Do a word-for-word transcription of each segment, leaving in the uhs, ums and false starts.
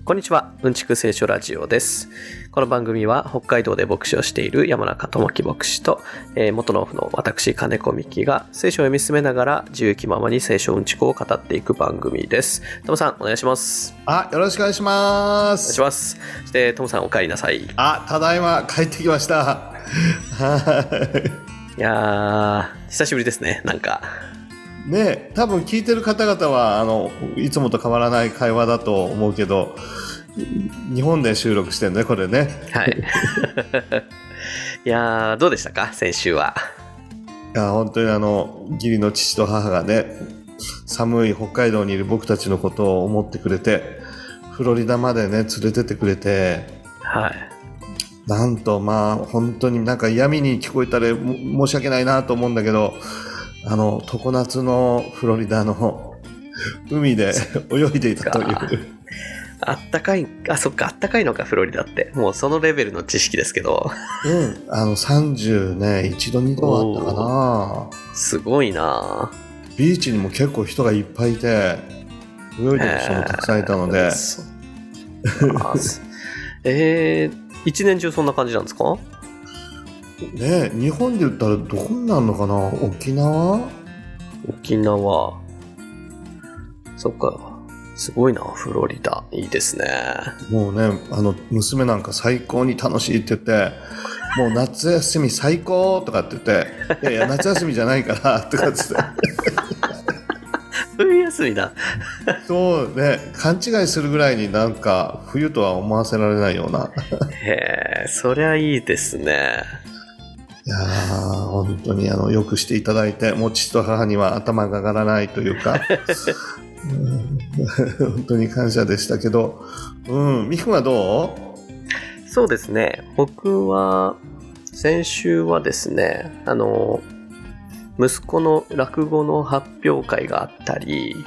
こんにちは、うんちく聖書ラジオです。この番組は北海道で牧師をしている山中智樹牧師と、えー、元農夫の私金子美希が聖書を読み進めながら自由気ままに聖書うんちくを語っていく番組です。トムさんお願いします。 あ、よろしくお願いします。 お願いします。そしてトムさんお帰りなさい。 あ、ただいま帰ってきました。はい。 いやー久しぶりですね。なんかね、多分聞いてる方々はあのいつもと変わらない会話だと思うけど、日本で収録してるねこれね。 はいいやーどうでしたか先週は。 いや本当にあの義理の父と母がね、寒い北海道にいる僕たちのことを思ってくれてフロリダまでね連れてってくれて、 はい、 なんとまあ本当になんか嫌味に聞こえたら申し訳ないなと思うんだけど、あの常夏のフロリダの海で泳いでいたというあったかい、あ、そっか、あったかいのかフロリダって、もうそのレベルの知識ですけど、 うん、あのさんじゅういちどにどあったかな。 すごいな。 ビーチにも結構人がいっぱいいて泳いでる人もたくさんいたので、えー、えー、一年中そんな感じなんですかね。日本で言ったらどこになるのかな。沖縄沖縄、そっか、すごいな。フロリダいいですね。 もうね、あの娘なんか最高に楽しいって言って、もう夏休み最高とかって言って、いやいや夏休みじゃないからとかって言って冬休みだそうね、勘違いするぐらいになんか冬とは思わせられないようなへえ、そりゃいいですね。 いやー本当にあのよくしていただいて、もう父と母には頭が上がらないというか本当に感謝でしたけど、うん、みくんはどう？そうですね、僕は先週はですね、あの息子の落語の発表会があったり、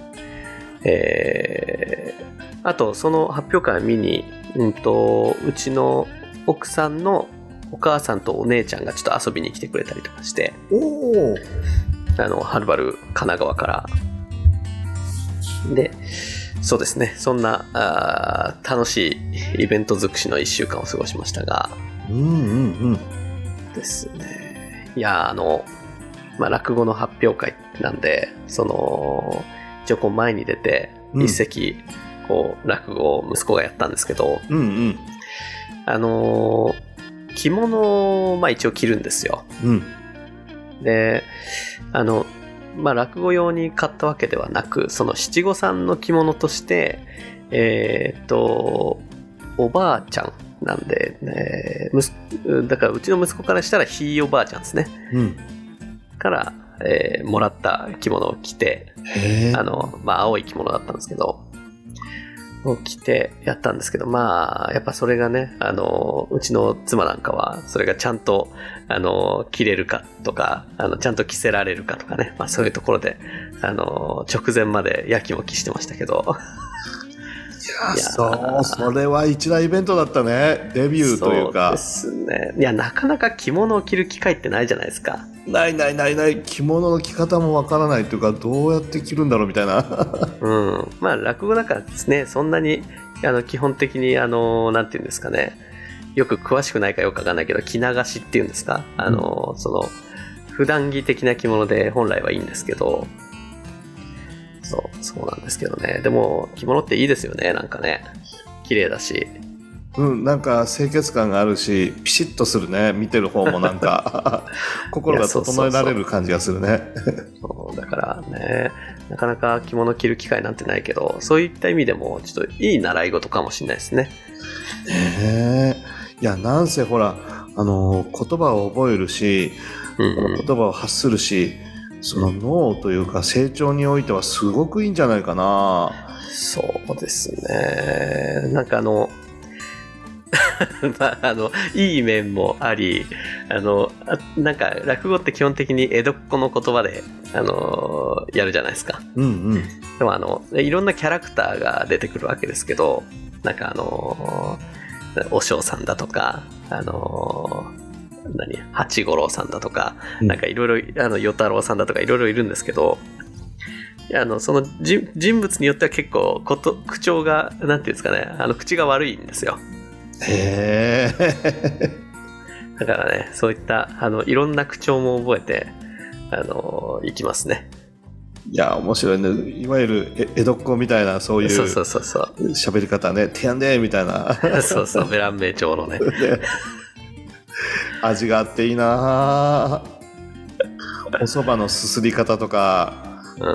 えー、あとその発表会を見に、うんと、うちの奥さんのお母さんとお姉ちゃんがちょっと遊びに来てくれたりとかして、 おあのはるばる神奈川からで、そうですね、そんなあ楽しいイベント尽くしのいっしゅうかんを過ごしましたが、 うんうんうんですね。いやあの、まあ、落語の発表会なんで、その一応こう前に出て一席こう落語を息子がやったんですけど、 うんうん、 あの着物をまあ一応着るんですよ。 うん、で、 あのまあ、落語用に買ったわけではなく、その七五三の着物として、えー、っとおばあちゃんなんで、ね、だからうちの息子からしたらひいおばあちゃんですね、うん、から、えー、もらった着物を着て、あの、まあ、青い着物だったんですけどを着てやったんですけど、まあやっぱそれがね、あのうちの妻なんかはそれがちゃんとあの着れるかとか、あのちゃんと着せられるかとかね、まあ、そういうところであの直前までやきもきしてましたけどいや、そう、それは一大イベントだったね。デビューというか。 そうですね。いや、なかなか着物を着る機会ってないじゃないですか。 ないないないない。着物の着方もわからないというか、どうやって着るんだろうみたいなうん、まあ落語だからですね、そんなにあの基本的にあのなんていうんですかね、よく詳しくないかよくわかんないけど、着流しっていうんですか、あの、うん、その普段着的な着物で本来はいいんですけど、そうそうなんですけどね。でも着物っていいですよね。なんかね、綺麗だし、 うん、なんか清潔感があるし、ピシッとするね。見てる方もなんか心が整えられる感じがするね。 そうだからね、なかなか着物着る機会なんてないけど、そういった意味でもちょっといい習い事かもしれないですね。 ねえ、いや、なんせほら、あの言葉を覚えるし、うんうん、言葉を発するし、その脳というか成長においてはすごくいいんじゃないかな。 そうですね。なんかあのまあ、あのいい面もあり、あのなんか落語って基本的に江戸っ子の言葉であのやるじゃないですか。うんうん、でもあのいろんなキャラクターが出てくるわけですけど、なんかあのお尚さんだとか、あの何八五郎さんだとか、うん、なんかいろいろ与太郎さんだとかいろいろいるんですけど、 いやあのその人人物によっては結構こと口調がなんていうんですかね、あの口が悪いんですよ。 へえ。 だからね、そういったあのいろんな口調も覚えてあのいきますね。 いや面白いね。いわゆるえ江戸っ子みたいなそういうそうそうそうそう喋り方ね、てやんでーみたいな。 そうそう、ベラン名調のね。 味があっていいな。お蕎麦のすすり方とか、うん、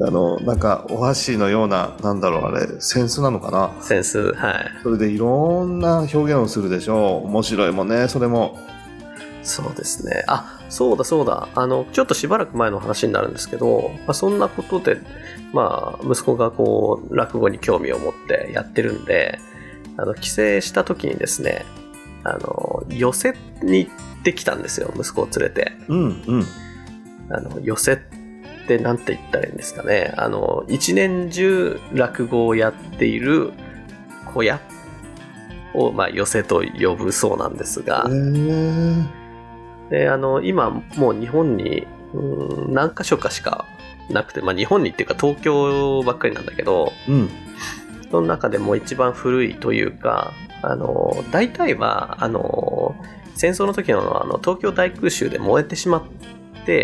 あのなんかお箸のような、なんだろうあれ、センスなのかな。 センス、はい。 それでいろんな表現をするでしょう。面白いもんね、それも。 そうですね。あ、そうだそうだ。あのちょっとしばらく前の話になるんですけど、まあ、そんなことで、まあ息子がこう落語に興味を持ってやってるんで、あの帰省した時にですね、あの寄席に行ってきたんですよ、息子を連れて。 うんうん。 あの寄席ってなんて言ったらいいんですかね。あの一年中落語をやっている小屋を、まあ、寄席と呼ぶそうなんですが、 へー。 であの今もう日本にうん何か所かしかなくて、まあ、日本にっていうか東京ばっかりなんだけど、 うん、 その中でも一番古いというか、あの大体はあの戦争の時 の, あの東京大空襲で燃えてしまって、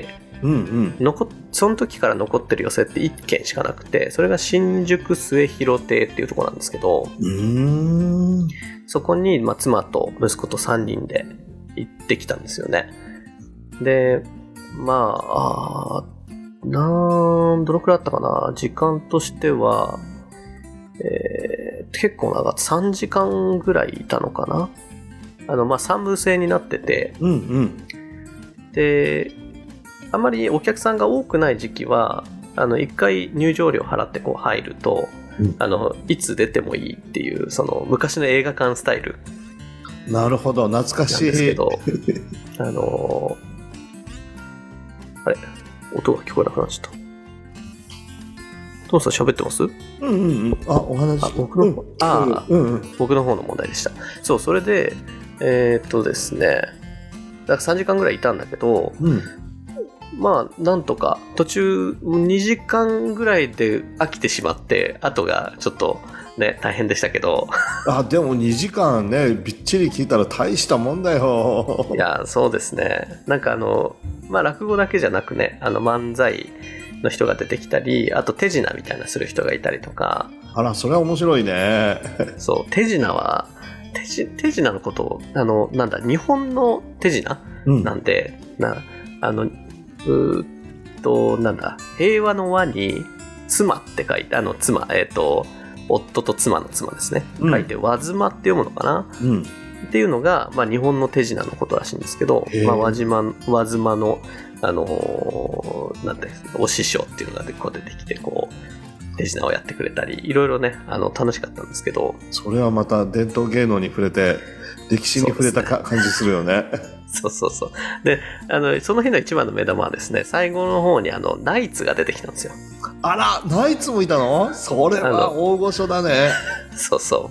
うんうん、 残その時から残ってる寄席っていっけんしかなくて、それが新宿末広亭っていうところなんですけど、 うーん、 そこに、まあ、妻と息子とさんにんで行ってきたんですよね。でまあ、あなんどのくらいあったかな、時間としては、えー、結構長くさんじかんぐらいいたのかな。あの、まあ、さん部制になってて、 うんうん、 であまりお客さんが多くない時期はあのいっかい入場料払ってこう入ると、うん、あのいつ出てもいいっていう、その昔の映画館スタイル。 なるほど、懐かしい。 なんですけどあのあれ音が聞こえなくなっちゃった。トムさん喋ってます？ うんうんうん。あ、お話。 あ、僕の方、うん、あ、うんうん、僕の方の問題でした。そう、それでえー、っとですね、だからさんじかんぐらいいたんだけど、うん、まあなんとか途中にじかんぐらいで飽きてしまって、あとがちょっとね大変でしたけど。 あ、でもにじかんねびっちり聞いたら大したもんだよ。 いやそうですね。なんかあのまあ落語だけじゃなくね、あの漫才の人が出てきたり、あと手品みたいなする人がいたりとか。 あら、それは面白いね。 そう、手品は手, 手品のことをあのなんだ日本の手品、うん、なんでなあのうーっとなんだ平和の和に妻って書いて、あの妻えっ、ー、と夫と妻の妻ですね、うん、書いて和妻って読むのかな、うん、っていうのが、まあ、日本の手品のことらしいんですけど、まあ、和妻和妻のあのー、なんてお師匠っていうのがこう出てきてこう手品をやってくれたり、いろいろねあの楽しかったんですけど、 それはまた伝統芸能に触れて歴史に触れたか、ね、感じするよね。 そうそうそう。で、あのその日の一番の目玉はですね、最後の方にあのナイツが出てきたんですよ。 あら、ナイツもいたの？それは大御所だね。 そうそう。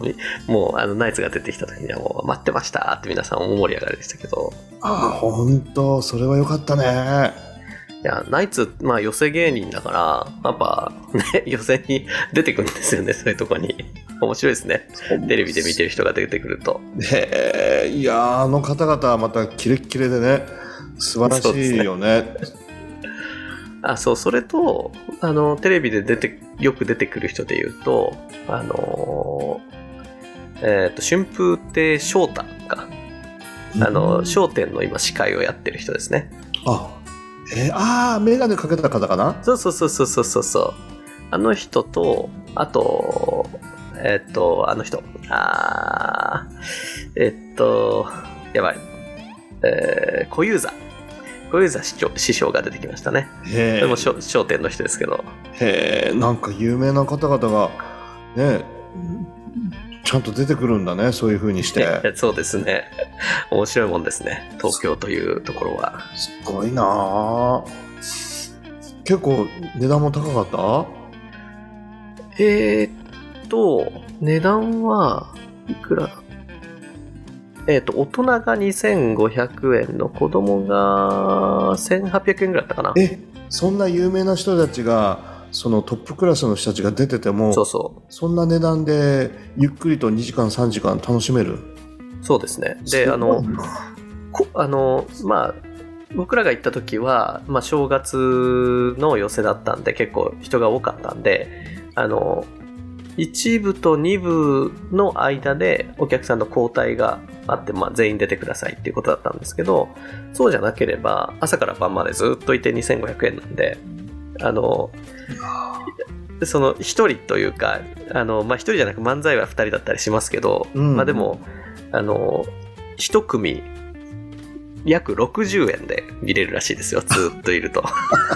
もうあのナイツが出てきた時にはもう待ってましたって皆さん大盛り上がりでしたけど。 ああ、本当それは良かったね。 いやナイツ、まあ寄席芸人だからやっぱね寄席に出てくるんですよね、そういうとこに。面白いですね、テレビで見てる人が出てくると。 へえ、いやあの方々はまたキレッキレでね、素晴らしいよね。 あ、そう、それとあのテレビで出てよく出てくる人でいうと、あのえっ、ー、と春風亭昇太か、あの笑点の今司会をやってる人ですね。 あ、えー、あー、メガネかけた方かな。 そうそうそうそうそうそう、あの人と、あとえっ、ー、とあの人、あーえっ、ー、とやばい、えー、小遊三小遊三師匠、師匠が出てきましたね。 へー、 でも笑点の人ですけど。 へー、なんか有名な方々がねちゃんと出てくるんだね、そういう風にして。 そうですね、面白いもんですね、東京というところは。 すごいな。結構値段も高かった？ えー、っと値段はいくら？えー、っと大人がにせんごひゃくえんの子供がせんはっぴゃくえんぐらいだったかな。 え、そんな有名な人たちがそのトップクラスの人たちが出てても、 そうそう。 そんな値段でゆっくりとにじかんさんじかん楽しめる。 そうですね。で、あの、こあの、まあ、僕らが行った時は、まあ、正月の寄せだったんで結構人が多かったんで、あの、いち部とに部の間でお客さんの交代があって、まあ、全員出てくださいっていうことだったんですけど、そうじゃなければ朝から晩までずっといてにせんごひゃくえんなんで、あの、その一人というか、あの、まあ、一人じゃなく漫才は二人だったりしますけど、うん、まあ、でも、あの、一組約ろくじゅうえんで見れるらしいですよ、ずっといると。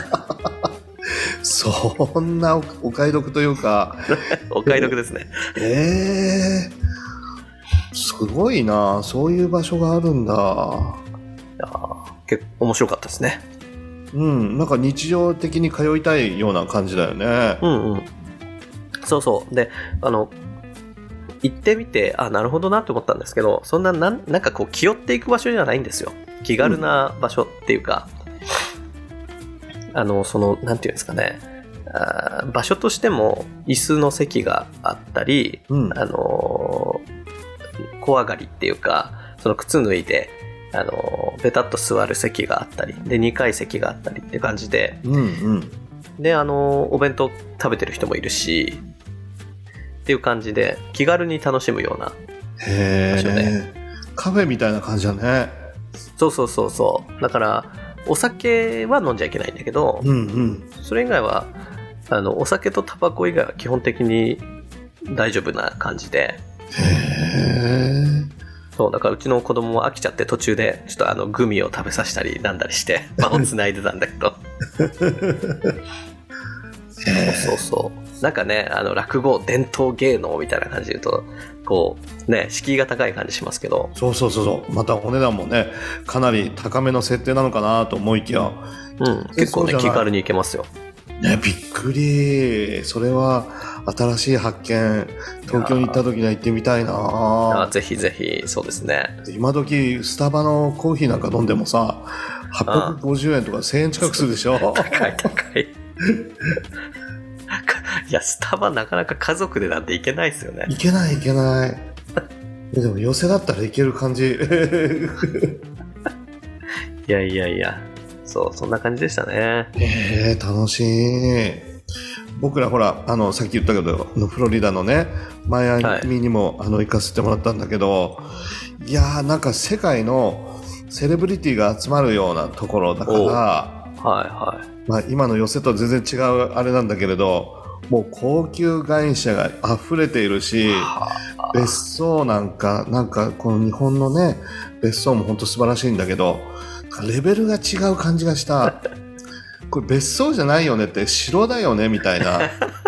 そんな お, お買い得というかお買い得ですね。 えー、すごいな、そういう場所があるんだ。いや結構面白かったですね。 うん、なんか日常的に通いたいような感じだよね。 うんうん。そうそうで、あの行ってみて、あ、なるほどなって思ったんですけど、そんななん、なんかこう気負っていく場所じゃないんですよ。気軽な場所っていうか、うん、あのそのなんていうんですかね、あ場所としても椅子の席があったり、うん、あの小上がりっていうか、その靴脱いであのベタっと座る席があったりで、にかい席があったりって感じで、 うんうん、 であのお弁当食べてる人もいるしっていう感じで気軽に楽しむような場所で、 カフェみたいな感じだね。 そうそうそうそう。だからお酒は飲んじゃいけないんだけど、 うんうん、 それ以外はあのお酒とタバコ以外は基本的に大丈夫な感じで。 へー。 そうだからうちの子供も飽きちゃって途中でちょっとあのグミを食べさせたりなんだりして場をつないでたんだけど。そうそうそう。なんかね、あの落語伝統芸能みたいな感じで言うとこうね、敷居が高い感じしますけど、 そうそうそうそう、またお値段もねかなり高めの設定なのかなと思いきや、 うん、結構ね気軽に行けますよ。 ね、びっくり。それは新しい発見。東京に行った時には行ってみたいな。 あ、ぜひぜひ。そうですね。 今時スタバのコーヒーなんか飲んでもさ、はっぴゃくごじゅうえんとかせんえん近くするでしょ。 高い高い。いや、スタバなかなか家族でなんて行けないですよね。 行けない行けない。でも寄せだったら行ける感じ。 いやいやいや、そう、そんな感じでしたね。 えー、楽しい。僕らほら、あのさっき言ったけどフロリダのねマイアミにも、はい、あの行かせてもらったんだけど、いやーなんか世界のセレブリティが集まるようなところだから、はいはい、 まあ、今の寄せと全然違うあれなんだけれど、もう高級外車が溢れているし、別荘なんかなんかこの日本のね別荘も本当素晴らしいんだけど、レベルが違う感じがした。これ別荘じゃないよねって、城だよねみたいな。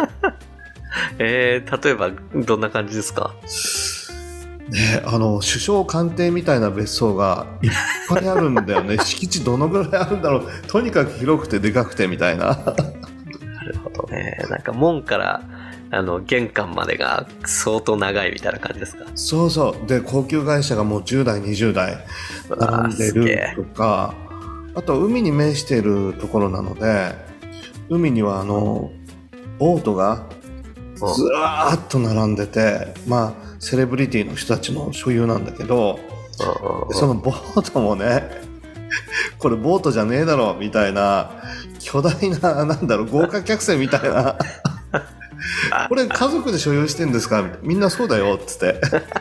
えー、例えばどんな感じですか？ ね、あの首相官邸みたいな別荘がいっぱいあるんだよね。敷地どのぐらいあるんだろう。とにかく広くてでかくてみたいな。なるほどね。なんか門からあの玄関までが相当長いみたいな感じですか？ そうそう。で高級会社がもうじゅうだいにじゅうだい並んでるとか、あと海に面しているところなので、海にはあのボートがずらーっと並んでて、まあセレブリティの人たちの所有なんだけど、そのボートもね、これボートじゃねえだろみたいな巨大な、なんだろう、豪華客船みたいな。これ家族で所有してんですか？みんなそうだよっつって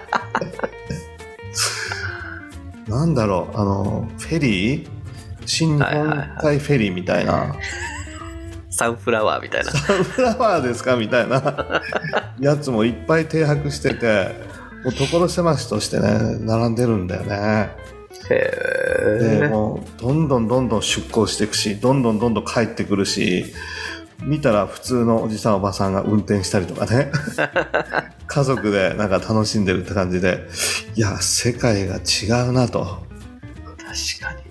なんだろう、あのフェリー、新日本海フェリーみたいな、はいはいはい、 サンフラワーみたいな、 サンフラワーですかみたいなやつもいっぱい停泊してて、もう所狭しとしてね並んでるんだよね。 へー。 でもうどんどんどんどん出港していくし、どんどんどんどん帰ってくるし、見たら普通のおじさんおばさんが運転したりとかね家族でなんか楽しんでるって感じで、いや世界が違うなと。 確かに。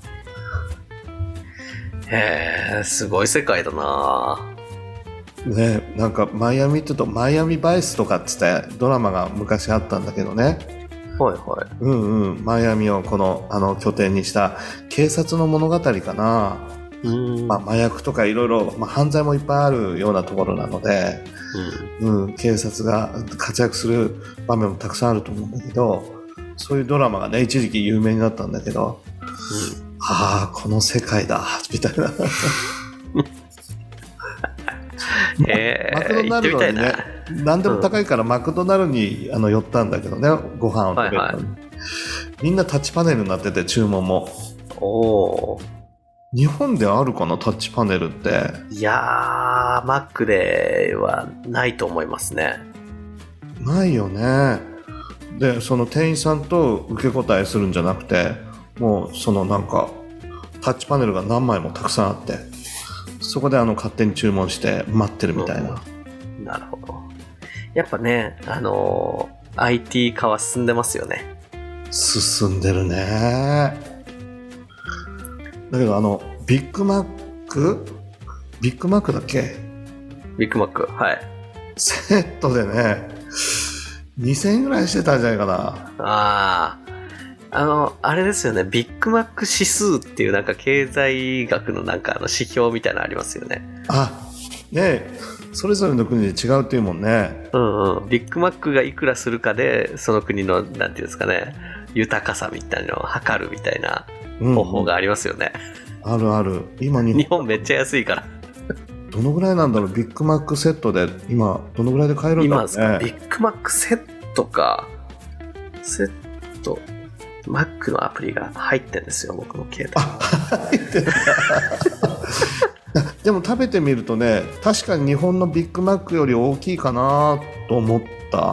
へー、すごい世界だなね。なんかマイアミって言うとマイアミバイスとかっつってドラマが昔あったんだけどね。 はいはい。 うんうん。マイアミをこのあの拠点にした警察の物語かな。 うんまあ、麻薬とかいろいろ犯罪もいっぱいあるようなところなので、うんうん、警察が活躍する場面もたくさんあると思うんだけど、そういうドラマがね一時期有名になったんだけど、うん、ああこの世界だみたいなえー、 マクドナルドにね何でも高いからマクドナルドにあの寄ったんだけどね、ご飯を食べるのに、はいはい、みんなタッチパネルになってて注文も。 おー、 日本であるかなタッチパネルって。 いやーマックではないと思いますね。 ないよね。でその店員さんと受け答えするんじゃなくて、もうそのなんかタッチパネルが何枚もたくさんあって、そこであの勝手に注文して待ってるみたいな、 うん、なるほど。やっぱねあのー、アイティー 化は進んでますよね。 進んでるね。だけどあのビッグマックビッグマックだっけ、 ビッグマック、はい、 セットでねにせんえんぐらいしてたんじゃないかな。 あああのあれですよね、ビッグマック指数っていうなんか経済学のなんかあの指標みたいなのありますよね。 あね、それぞれの国で違うっていうもんね。 うんうん。ビッグマックがいくらするかでその国のなんていうんですかね、豊かさみたいなのを測るみたいな方法がありますよね、 うんうん、あるある。今日本、 日本めっちゃ安いからどのぐらいなんだろう。ビッグマックセットで今どのぐらいで買えるんだろうね。 今ビッグマックセットか、セットマックのアプリが入ってんですよ、僕の携帯。 あ、入ってんだでも食べてみるとね、確かに日本のビッグマックより大きいかなと思った。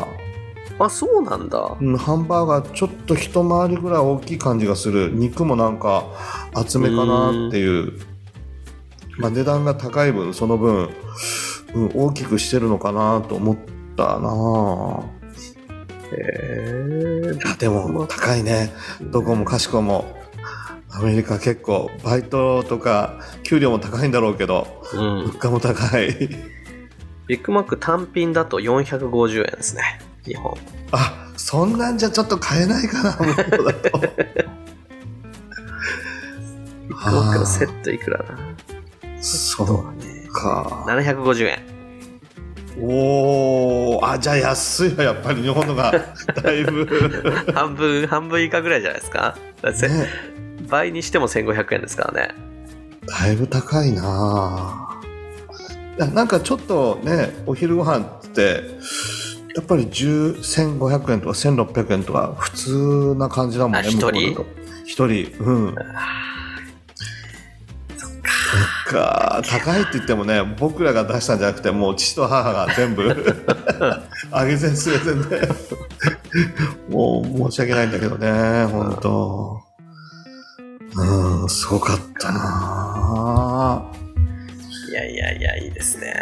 あ、そうなんだ、 うん、ハンバーガーちょっと一回りぐらい大きい感じがする。肉もなんか厚めかなっていう、うまあ、値段が高い分その分、うん、大きくしてるのかなと思ったな。 へー、 でも高いね。どこもかしこもアメリカ結構バイトとか給料も高いんだろうけど、うん、物価も高い。 ビッグマック単品だとよんひゃくごじゅうえんですね、日本。 あ、そんなんじゃちょっと買えないかな、向こうだと。ビッグマックのセットいくらな。 そうか、 ななひゃくごじゅうえん。 おー、あ、じゃあ安いわ、やっぱり日本のがだいぶ半分半分以下ぐらいじゃないですか、ね、倍にしてもせんごひゃくえんですからね。 だいぶ高いな。いや、なんかちょっとね、お昼ご飯ってやっぱりせんごひゃくえんとかせんろっぴゃくえんとか普通な感じだもんね。 一人一人、うん。か高いって言ってもね、僕らが出したんじゃなくて、もう父と母が全部上げ膳据えてねもう申し訳ないんだけどね、本当。うん、すごかったな。 いやいやいや、いいですね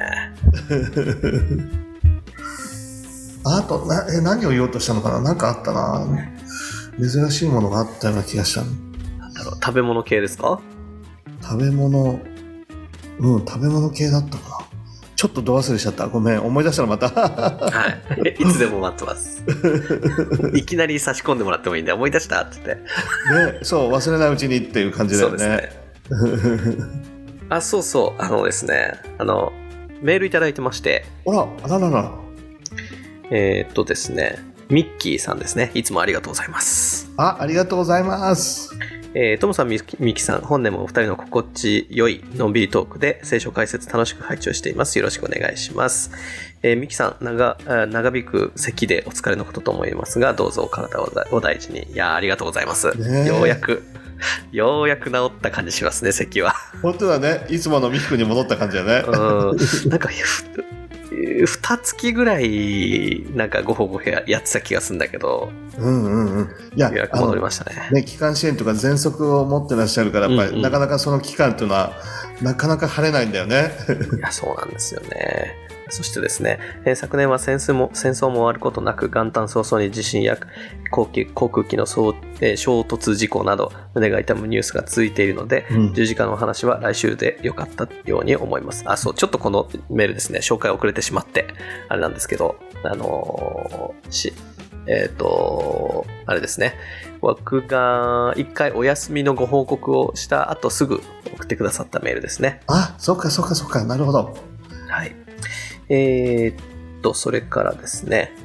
あとな、え、何を言おうとしたのかな。なんかあったな、珍しいものがあったような気がした。 なんだろう、食べ物系ですか。 食べ物、うん、食べ物系だったかな。ちょっとど忘れしちゃった。ごめん、思い出したらまた。 はい。いつでも待ってます。いきなり差し込んでもらってもいいんで、思い出したって言って。 ね、そう、忘れないうちにっていう感じだよね。 そうですね。あ、そうそう、あのですね、あの、メールいただいてまして。 あら、あららら。 えー、っとですね、ミッキーさんですね。いつもありがとうございます。 あ、ありがとうございます。 えー、トムさん、ミキさん、本年もお二人の心地よいのんびりトークで聖書解説楽しく拝聴しています。よろしくお願いします。えー、ミキさん、長、長引く咳でお疲れのことと思いますが、どうぞお体をお大事に。いやー、ありがとうございます。ようやく、ようやく治った感じしますね、咳は。 本当だね。いつものミキ君に戻った感じだね。 うん。なんか、二月ぐらいなんかごほごほやってた気がするんだけど、うんうんうん、いや、ようやく戻りましたね。 ね、気管支炎とか喘息を持ってらっしゃるからやっぱり、うんうん、なかなかその期間っていうのはなかなか晴れないんだよね。 いや、そうなんですよね。そしてですね、えー、昨年は戦争も戦争も終わることなく元旦早々に地震や航空航空機の衝、えー、衝突事故など胸が痛むニュースが続いているので、うん、じゅうじかんのお話は来週でよかったように思います。あ、そう、ちょっとこのメールですね、紹介遅れてしまってあれなんですけど、あのー、しえっと、あれですね。僕が一回お休みのご報告をした後すぐ送ってくださったメールですね。 あ、そっかそっかそっか、なるほど。 はい。えー、っと、それからですね。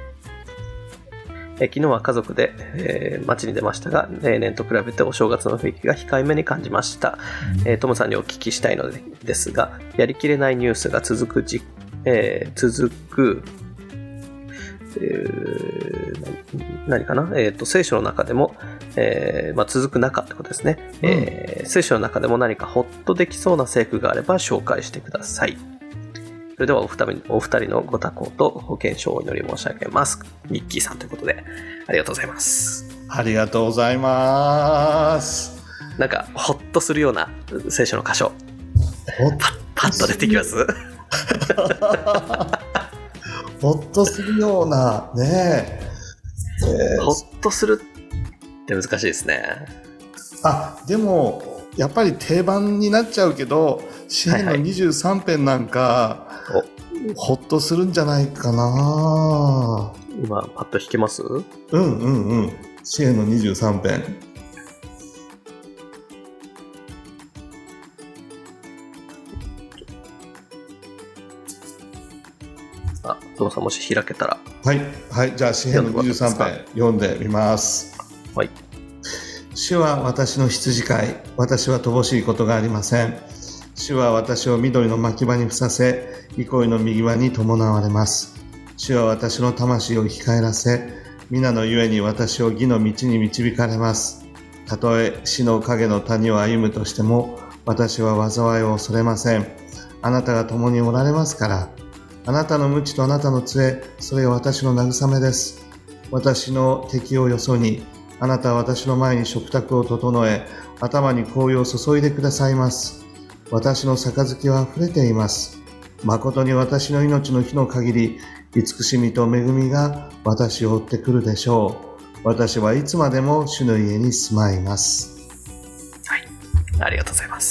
え昨日は家族で、えー、街に出ましたが、例年と比べてお正月の雰囲気が控えめに感じました。うん、えー、トムさんにお聞きしたいのでですが、やりきれないニュースが続くじ、えー、続く、えー、何かな、えーと、聖書の中でも、えーまあ、続く中ってことですね、うん、えー、聖書の中でも何かホッとできそうな聖句があれば紹介してください。それではお二人、お二人のご多幸とご健勝をお祈り申し上げます。ミッキーさんということでありがとうございます。 ありがとうございます。 なんかホッとするような聖書の箇所パッ、パッと出てきますホッとするようなねえー、ホッとするって難しいですね。 あ、でもやっぱり定番になっちゃうけど、詩編のにじゅうさん編なんか、はいはい、ホッとするんじゃないかな。 今パッと弾けます？うんうんうん。詩編のにじゅうさん編。 あ、トムさんもし開けたら。 はいはい。じゃあ詩編のにじゅうさん編読んでみます。 はい。 主は私の羊飼い、私は乏しいことがありません。主は私を緑の牧場にふさせ、憩いの右輪に伴われます。主は私の魂を生き返らせ、皆のゆえに私を義の道に導かれます。たとえ死の影の谷を歩むとしても、私は災いを恐れません。あなたが共におられますから。あなたの鞭とあなたの杖、それは私の慰めです。私の敵をよそに、あなたは私の前に食卓を整え、頭に香油を注いでくださいます。私の杯は溢れています。誠に私の命の日の限り、慈しみと恵みが私を追ってくるでしょう。私はいつまでも主の家に住まいます。 はい、ありがとうございます。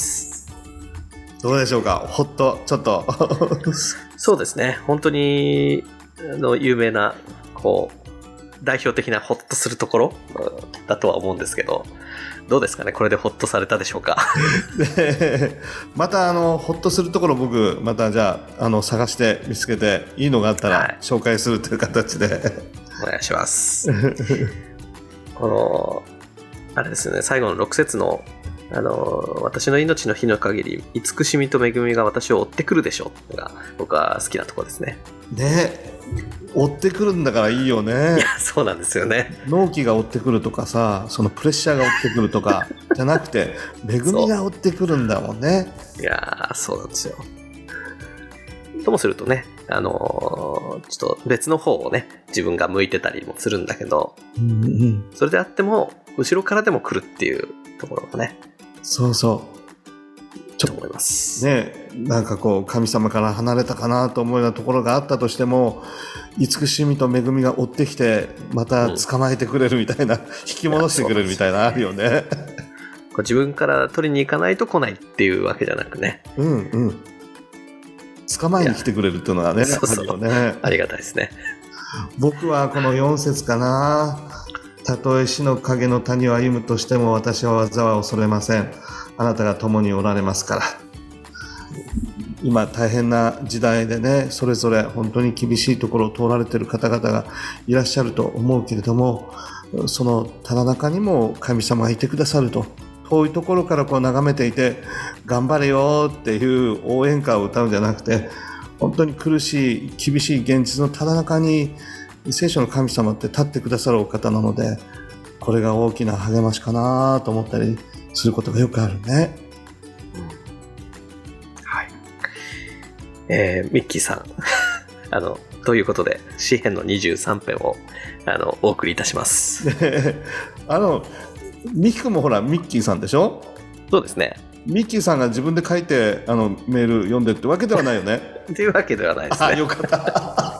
どうでしょうか、ほっとちょっとそうですね、本当にあの有名なこう代表的なホッとするところだとは思うんですけど、どうですかね、これでホッとされたでしょうかでまたあのホッとするところ、僕またじゃあ、あの探して見つけていいのがあったら紹介するという形で、はい、 お願いしますこのあれですね、最後のろく節のあの私の命の日の限り慈しみと恵みが私を追ってくるでしょうが僕は好きなところですね。 ね、追ってくるんだからいいよね。いや、そうなんですよね。 納期が追ってくるとかさ、そのプレッシャーが追ってくるとかじゃなくて恵みが追ってくるんだもんね。 いや、そうなんですよ。ともするとね、あのー、ちょっと別の方をね自分が向いてたりもするんだけど、うんうん、それであっても後ろからでも来るっていうところがね、 そうそうちょっと思いますね。なんかこう神様から離れたかなと思うようなところがあったとしても、慈しみと恵みが追ってきてまた捕まえてくれるみたいな、うん、引き戻してくれるみたいなあるよね自分から取りに行かないと来ないっていうわけじゃなくね、 うんうん、捕まえに来てくれるっていうのはね、そうそう、あるよね。 ありがたいですね。 僕はこのよん節かな。たとえ死の影の谷を歩むとしても私は災いを恐れません。あなたが共におられますから。今大変な時代でね、それぞれ本当に厳しいところを通られている方々がいらっしゃると思うけれども、そのただ中にも神様がいてくださると、遠いところからこう眺めていて頑張れよっていう応援歌を歌うんじゃなくて、本当に苦しい厳しい現実のただ中に聖書の神様って立ってくださるお方なので、これが大きな励ましかなと思ったりすることがよくあるね。 うん、はい。えー、ミッキーさんあのということで詩編のにじゅうさん編をあのお送りいたしますあのミキ君もほらミッキーさんでしょ。 そうですね。 ミッキーさんが自分で書いてあのメール読んでってわけではないよねっていうわけではないですね。 あ、よかった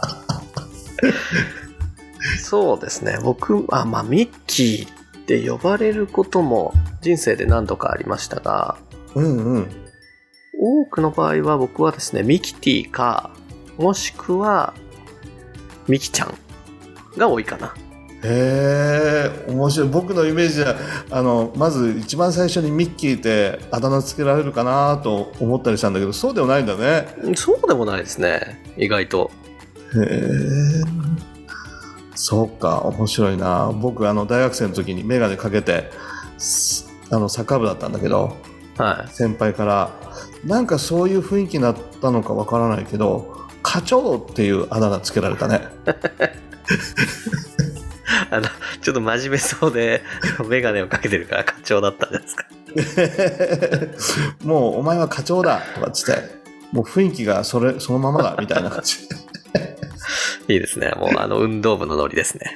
そうですね、僕あ、まあ、ミッキーって呼ばれることも人生で何度かありましたが、 うんうん、 多くの場合は僕はですねミキティかもしくはミキちゃんが多いかな。 へえ、面白い。僕のイメージはあのまず一番最初にミッキーってあだ名つけられるかなと思ったりしたんだけど、そうでもないんだね。 そうでもないですね、意外と。 へえ、そうか、面白いな。僕あの大学生の時に眼鏡かけてあのサッカー部だったんだけど、 はい、 先輩からなんかそういう雰囲気になったのかわからないけど、課長っていうあだ名つけられたね。 あのちょっと真面目そうで眼鏡をかけてるから課長だったんですか。 もうお前は課長だとかつって、もう雰囲気がそれそのままだみたいな感じ。 いいですね。もうあの運動部のノリですね。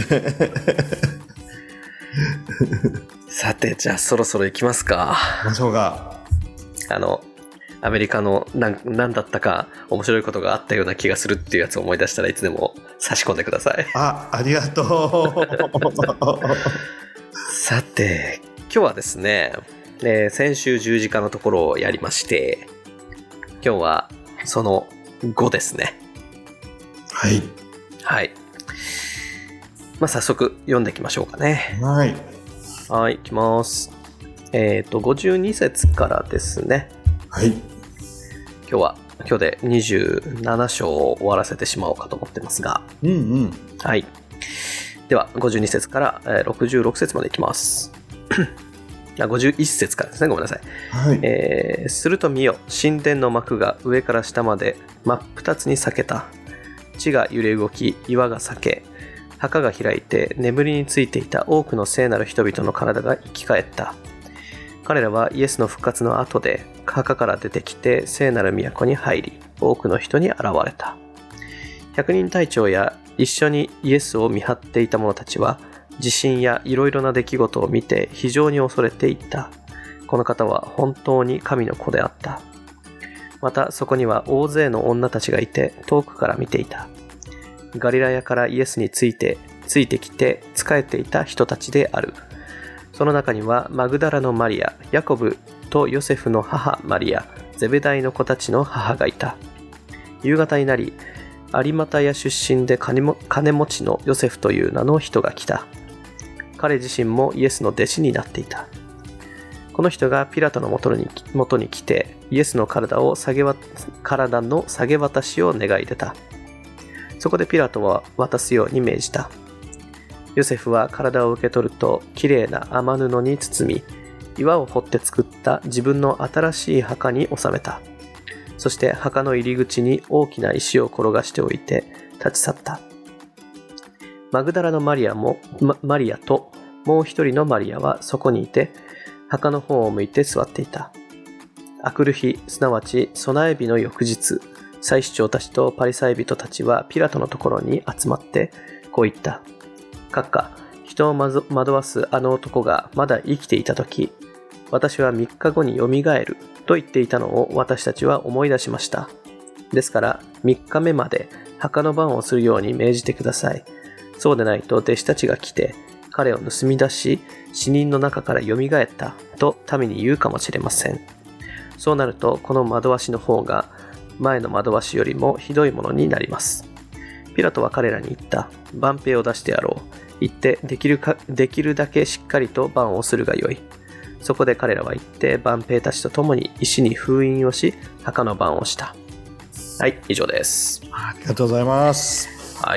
さて、じゃあそろそろ行きますか。 行きましょうか。 あのアメリカの何何だったか面白いことがあったような気がするっていうやつを思い出したらいつでも差し込んでください。 あ、ありがとう。 さて、今日はですね、えー、先週十字架のところをやりまして、今日はそのごですね。 はい。 はい。まあ、早速読んでいきましょうかね。 はい。 はい、いきます。えっと、ごじゅうに節からですね。 はい。 今日は、今日でにじゅうなな章を終わらせてしまおうかと思ってますが。 うんうん。 はい。では、ごじゅうに節からろくじゅうろく節までいきます。ごじゅういち節からですね。ごめんなさい。 はい。 えー、すると見よ、神殿の幕が上から下まで真っ二つに裂けた。地が揺れ動き、岩が裂け、墓が開いて眠りについていた多くの聖なる人々の体が生き返った。彼らはイエスの復活の後で墓から出てきて聖なる都に入り、多くの人に現れた。百人隊長や一緒にイエスを見張っていた者たちは、地震やいろいろな出来事を見て非常に恐れていった。この方は本当に神の子であった。またそこには大勢の女たちがいて遠くから見ていた。ガリラヤからイエスについてついてきて仕えていた人たちである。その中にはマグダラのマリア、ヤコブとヨセフの母マリア、ゼベダイの子たちの母がいた。夕方になり、有股屋出身で金も金持ちのヨセフという名の人が来た。彼自身もイエスの弟子になっていた。この人がピラトの元に、元に来て、イエスの体を下げわ、体の下げ渡しを願い出た。そこでピラトは渡すように命じた。ヨセフは体を受け取ると、きれいな雨布に包み、岩を掘って作った自分の新しい墓に収めた。そして墓の入り口に大きな石を転がしておいて立ち去った。マグダラのマリアも、ま、マリアともう一人のマリアはそこにいて、墓の方を向いて座っていた。あくる日、すなわち備え日の翌日、祭司長たちとパリサイ人たちはピラトのところに集まってこう言った。閣下、人を惑わすあの男がまだ生きていたとき、私はみっかごによみがえると言っていたのを私たちは思い出しました。ですからみっかめまで墓の番をするように命じてください。そうでないと弟子たちが来て彼を盗み出し、死人の中からよみがえったと民に言うかもしれません。そうなるとこの惑わしの方が前の惑わしよりもひどいものになります。ピラトは彼らに言った。番兵を出してやろう。言ってできるか、できるだけしっかりと番をするがよい。そこで彼らは行って番兵たちと共に石に封印をし、墓の番をした。はい、以上です。 ありがとうございます。 はい。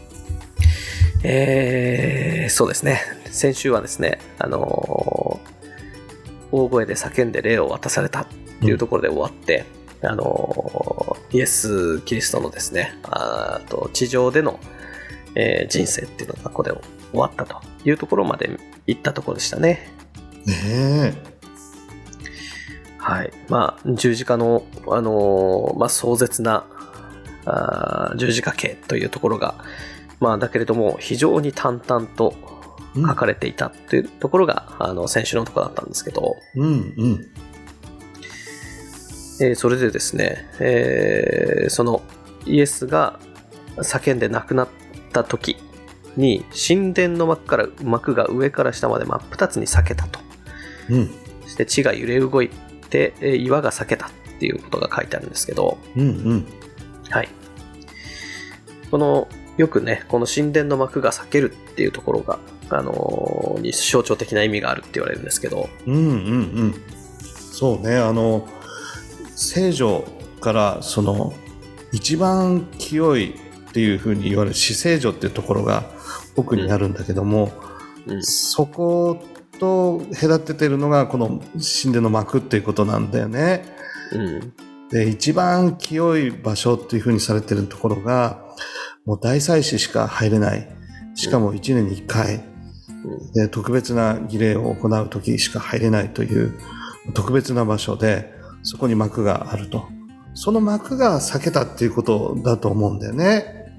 えー、そうですね。先週はですね、あのー、大声で叫んで霊を渡されたっていうところで終わって、うん、あのー、イエス・キリストのですね、あと地上での、えー、人生っていうのがここで終わったというところまで行ったところでしたね。 ねえ。 はい。まあ、十字架の、あのー、まあ、壮絶なあ十字架形というところが、まあ、だけれども非常に淡々と書かれていたというところが、うん、あの先週のところだったんですけど、 うんうんえー、それでですね、えー、そのイエスが叫んで亡くなった時に神殿の幕から幕が上から下まで真っ二つに裂けたと、うん、そして地が揺れ動いて岩が裂けたっていうことが書いてあるんですけど、 うんうん、 はい、このよくねこの神殿の幕が裂けるっていうところが、あのー、に象徴的な意味があるって言われるんですけど、 うんうんうん、そうね、あの聖女からその一番清いっていう風に言われる至聖女っていうところが奥にあるんだけども、うんうん、そこと隔ててるのがこの神殿の幕っていうことなんだよね、うん、で一番清い場所っていう風にされてるところがもう大祭司しか入れない、しかもいちねんにいっかい、うん、で特別な儀礼を行う時しか入れないという特別な場所で、そこに幕があると。その幕が裂けたっていうことだと思うんだよね、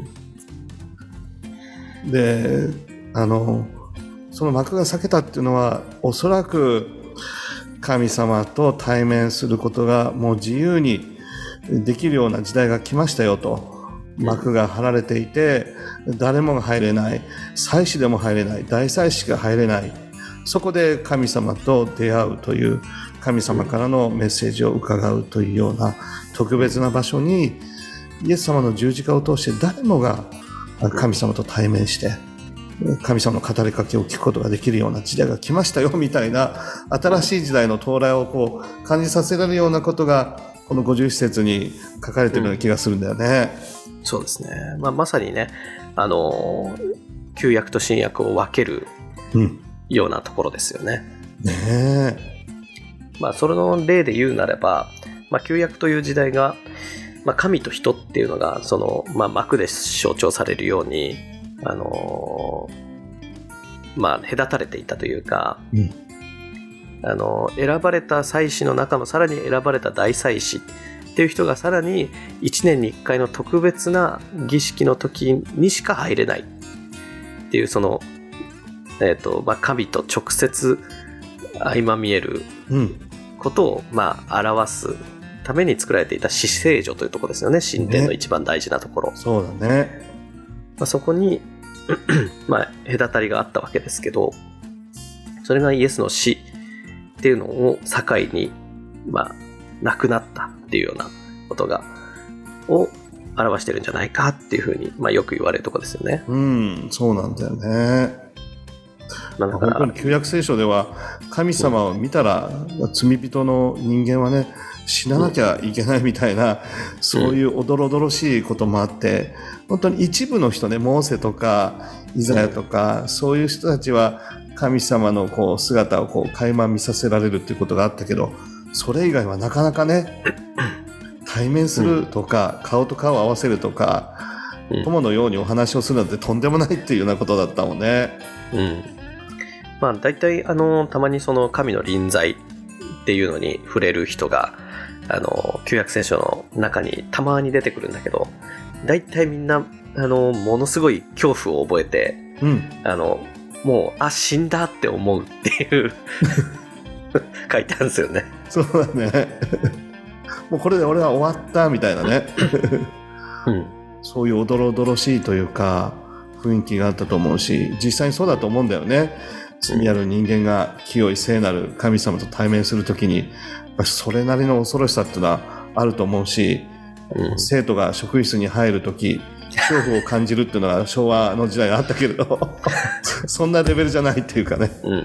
うん、であのその幕が裂けたっていうのはおそらく神様と対面することがもう自由にできるような時代が来ましたよと。幕が張られていて誰もが入れない、祭司でも入れない、大祭司が入れない、そこで神様と出会うという、神様からのメッセージを伺うというような特別な場所に、イエス様の十字架を通して誰もが神様と対面して神様の語りかけを聞くことができるような時代が来ましたよみたいな、新しい時代の到来をこう感じさせられるようなことがこのごじゅう節に書かれているような気がするんだよね、 うん、そうですね、まあ、まさにね、あの旧約と新約を分けるようなところですよね、 うん、ねえ、 まあ、それの例で言うなれば、まあ、旧約という時代が、まあ、神と人っていうのがその、まあ、幕で象徴されるように、あのーまあ、隔たれていたというか、うん、あの選ばれた祭司の中のさらに選ばれた大祭司っていう人がさらにいちねんにいっかいの特別な儀式の時にしか入れないっていう、その、えーとまあ、神と直接相まみえることを、まあ、表すために作られていた至聖所というところですよね、神殿の一番大事なところ、 ね、そうだね、 まあ、そこにまあ隔たりがあったわけですけど、それがイエスの死っていうのを境に、まあ、なくなったっていうようなことがを表してるんじゃないかっていうふうに、まあ、よく言われるところですよね。 うん、そうなんだよね。まあ、だから本当に旧約聖書では神様を見たら、うん、罪人の人間はね死ななきゃいけないみたいな、うん、そういうおどろおどろしいこともあって、本当に一部の人ね、モーセとかイザヤとか、うん、そういう人たちは神様のこう姿をこう垣間見させられるっていうことがあったけど、それ以外はなかなかね対面するとか、うん、顔と顔を合わせるとか、うん、友のようにお話をするなんてとんでもないっていうようなことだったもんね。 うん、まあ大体あのたまにその神の臨在っていうのに触れる人があの旧約聖書の中にたまに出てくるんだけど、大体みんなあのものすごい恐怖を覚えて、うん、あのもうあ死んだって思うっていう書いてあるんですよね。 そうだねもうこれで俺は終わったみたいなね、うん、そういうおどろおどろしいというか雰囲気があったと思うし、実際にそうだと思うんだよね。罪ある人間が清い聖なる神様と対面するときにそれなりの恐ろしさっていうのはあると思うし、うん、生徒が職員室に入るとき恐怖を感じるっていうのは昭和の時代があったけれどそんなレベルじゃないっていうかね、うん、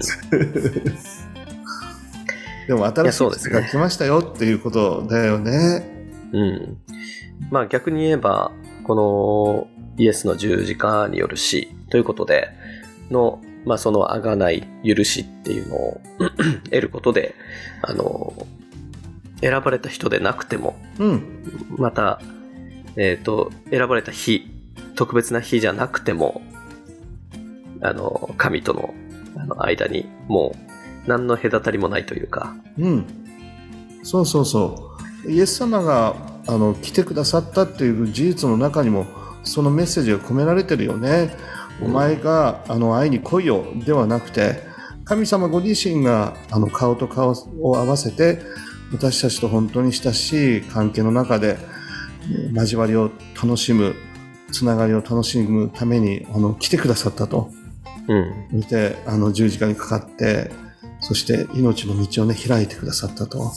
でも新しい時代が来ましたよっていうことだよね。 うん、まあ逆に言えばこのイエスの十字架による死ということでの、まあ、その贖い許しっていうのを得ることで、あの選ばれた人でなくても、うん、また、えーと、選ばれた日、特別な日じゃなくても、あの神との、あの間にもう何の隔たりもないというか、 うん、そうそうそう、イエス様があの来てくださったっていう事実の中にもそのメッセージが込められてるよね。お前があの会いに来いよではなくて、神様ご自身があの顔と顔を合わせて私たちと本当に親しい関係の中で交わりを楽しむ、つながりを楽しむためにあの来てくださったと、うん、見てあの十字架にかかって、そして命の道をね開いてくださったと、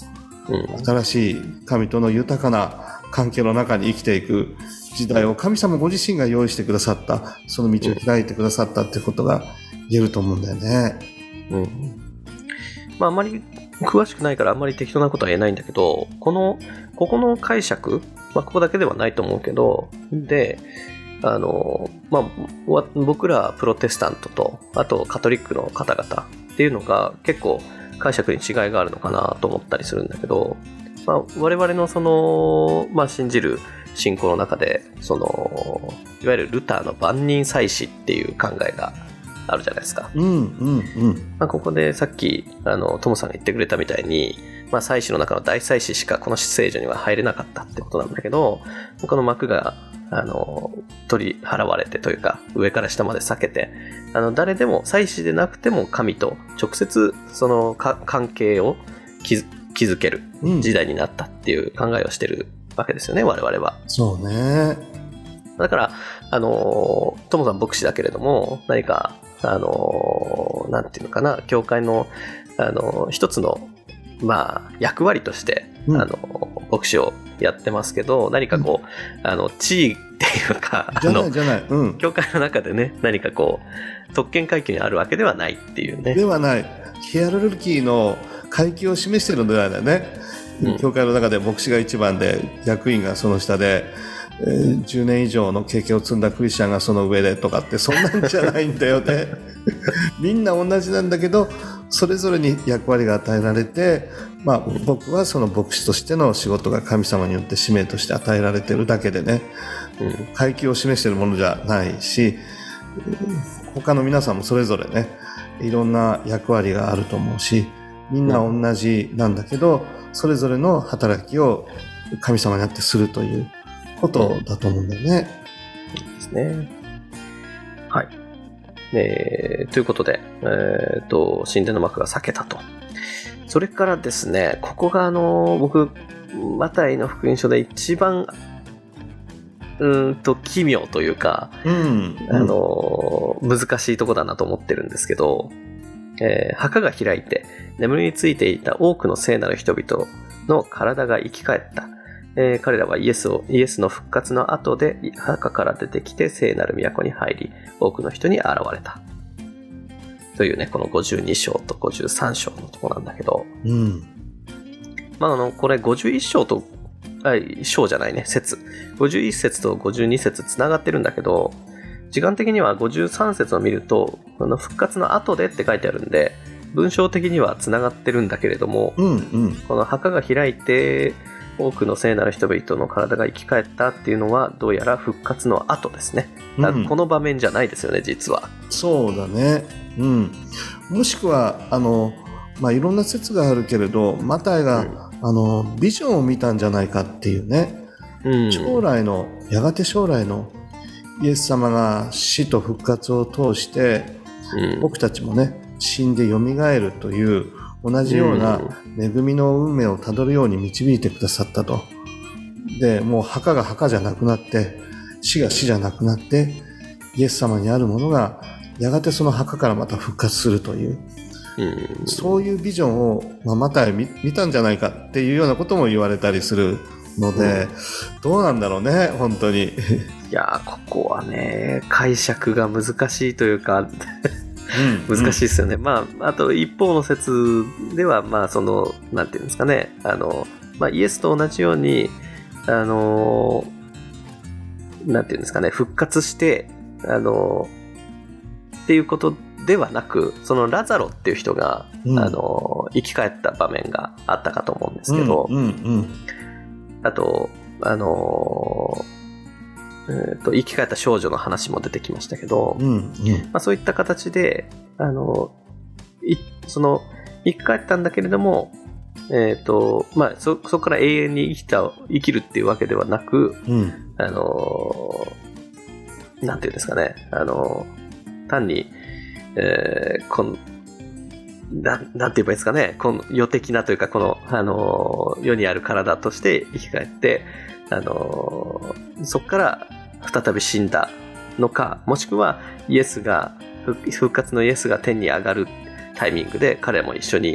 うん、 新しい神との豊かな関係の中に生きていく時代を神様ご自身が用意してくださった、その道を開いてくださったってことが言えると思うんだよね。 うん。まああんまり詳しくないからあんまり適当なことは言えないんだけど、このここの解釈、まあここだけではないと思うけど、で、あのまあ僕らプロテスタントとあとカトリックの方々っていうのが結構解釈に違いがあるのかなと思ったりするんだけど、まあ、我々のその、まあ、信じる信仰の中でそのいわゆるルターの万人祭司っていう考えがあるじゃないですか。 うんうんうん。 まあ、ここでさっきあのトモさんが言ってくれたみたいに、まあ、祭司の中の大祭司しかこの聖所には入れなかったってことなんだけど、この幕があの取り払われてというか上から下まで裂けて、あの誰でも祭司でなくても神と直接そのか関係を築築ける時代になったっていう考えをしてるわけですよね、我々は。 そうね。 だからあのトモさん牧師だけれども、何かあのなんていうのかな、教会のあの一つのまあ役割として、うん、あの牧師をやってますけど、何かこう、うん、あの地位っていうか、 じゃないじゃない、うん、 教会の中でね、何かこう特権階級にあるわけではないっていうね。 ではない。ヒエラルキーの階級を示しているのではないね、うん、教会の中で牧師が一番で役員がその下で、えー、じゅうねん以上の経験を積んだクリスチャンがその上でとかって、そんなんじゃないんだよねみんな同じなんだけど、それぞれに役割が与えられて、まあ、僕はその牧師としての仕事が神様によって使命として与えられているだけでね、うん、階級を示しているものじゃないし、他の皆さんもそれぞれね、いろんな役割があると思うし、みんな同じなんだけど、それぞれの働きを神様にあってするということだと思うんだよね。 いいですね。はい。えー、ということで、えー、と神殿の幕が裂けたと。それからですね、ここがあの僕マタイの福音書で一番うーんと奇妙というか、 うん、 あの難しいとこだなと思ってるんですけど、えー、墓が開いて眠りについていた多くの聖なる人々の体が生き返った。えー、彼らはイエスをイエスの復活の後で墓から出てきて聖なる都に入り、多くの人に現れたというね、このごじゅうに章とごじゅうさん章のところなんだけど、 うん、 まああのこれごじゅういち章とあ章じゃないね節ごじゅういち節とごじゅうに節つながってるんだけど、時間的にはごじゅうさん節を見るとこの復活の後でって書いてあるんで、文章的にはつながってるんだけれども、 うんうん、 この墓が開いて多くの聖なる人々の体が生き返ったっていうのはどうやら復活の後ですね。だからこの場面じゃないですよね、うん、実は。 そうだね、うん、もしくはあの、まあ、いろんな説があるけれど、マタイが、うん、あのビジョンを見たんじゃないかっていうね、うん、将来のやがて将来のイエス様が死と復活を通して、うん、僕たちもね死んでよみがえるという同じような恵みの運命をたどるように導いてくださったと。で、もう墓が墓じゃなくなって、死が死じゃなくなって、イエス様にあるものがやがてその墓からまた復活するという、うん、そういうビジョンを、まあ、マタイ見、見たんじゃないかっていうようなことも言われたりするので、うん、どうなんだろうね、本当に。いやー、ここはね、解釈が難しいというかうん、難しいですよね、うん、まああと一方の説では、まあそのなんていうんですかね、あの、まあ、イエスと同じようにあのなんていうんですかね、復活してあのっていうことではなく、そのラザロっていう人が、うん、あの生き返った場面があったかと思うんですけど、 うんうんうん、 あとあのえー、と生き返った少女の話も出てきましたけど、 うんうんまあ、そういった形であのいその生き返ったんだけれども、えーとまあ、そ, そこから永遠に生きた生きるっていうわけではなく、 うん、 あのなんていうんですかね、あの単に、えー、このな, なんて言えばいいですかね、この世的なというか、この、あの世にある体として生き返って、あのそこから再び死んだのか、もしくはイエスが復活のイエスが天に上がるタイミングで彼も一緒に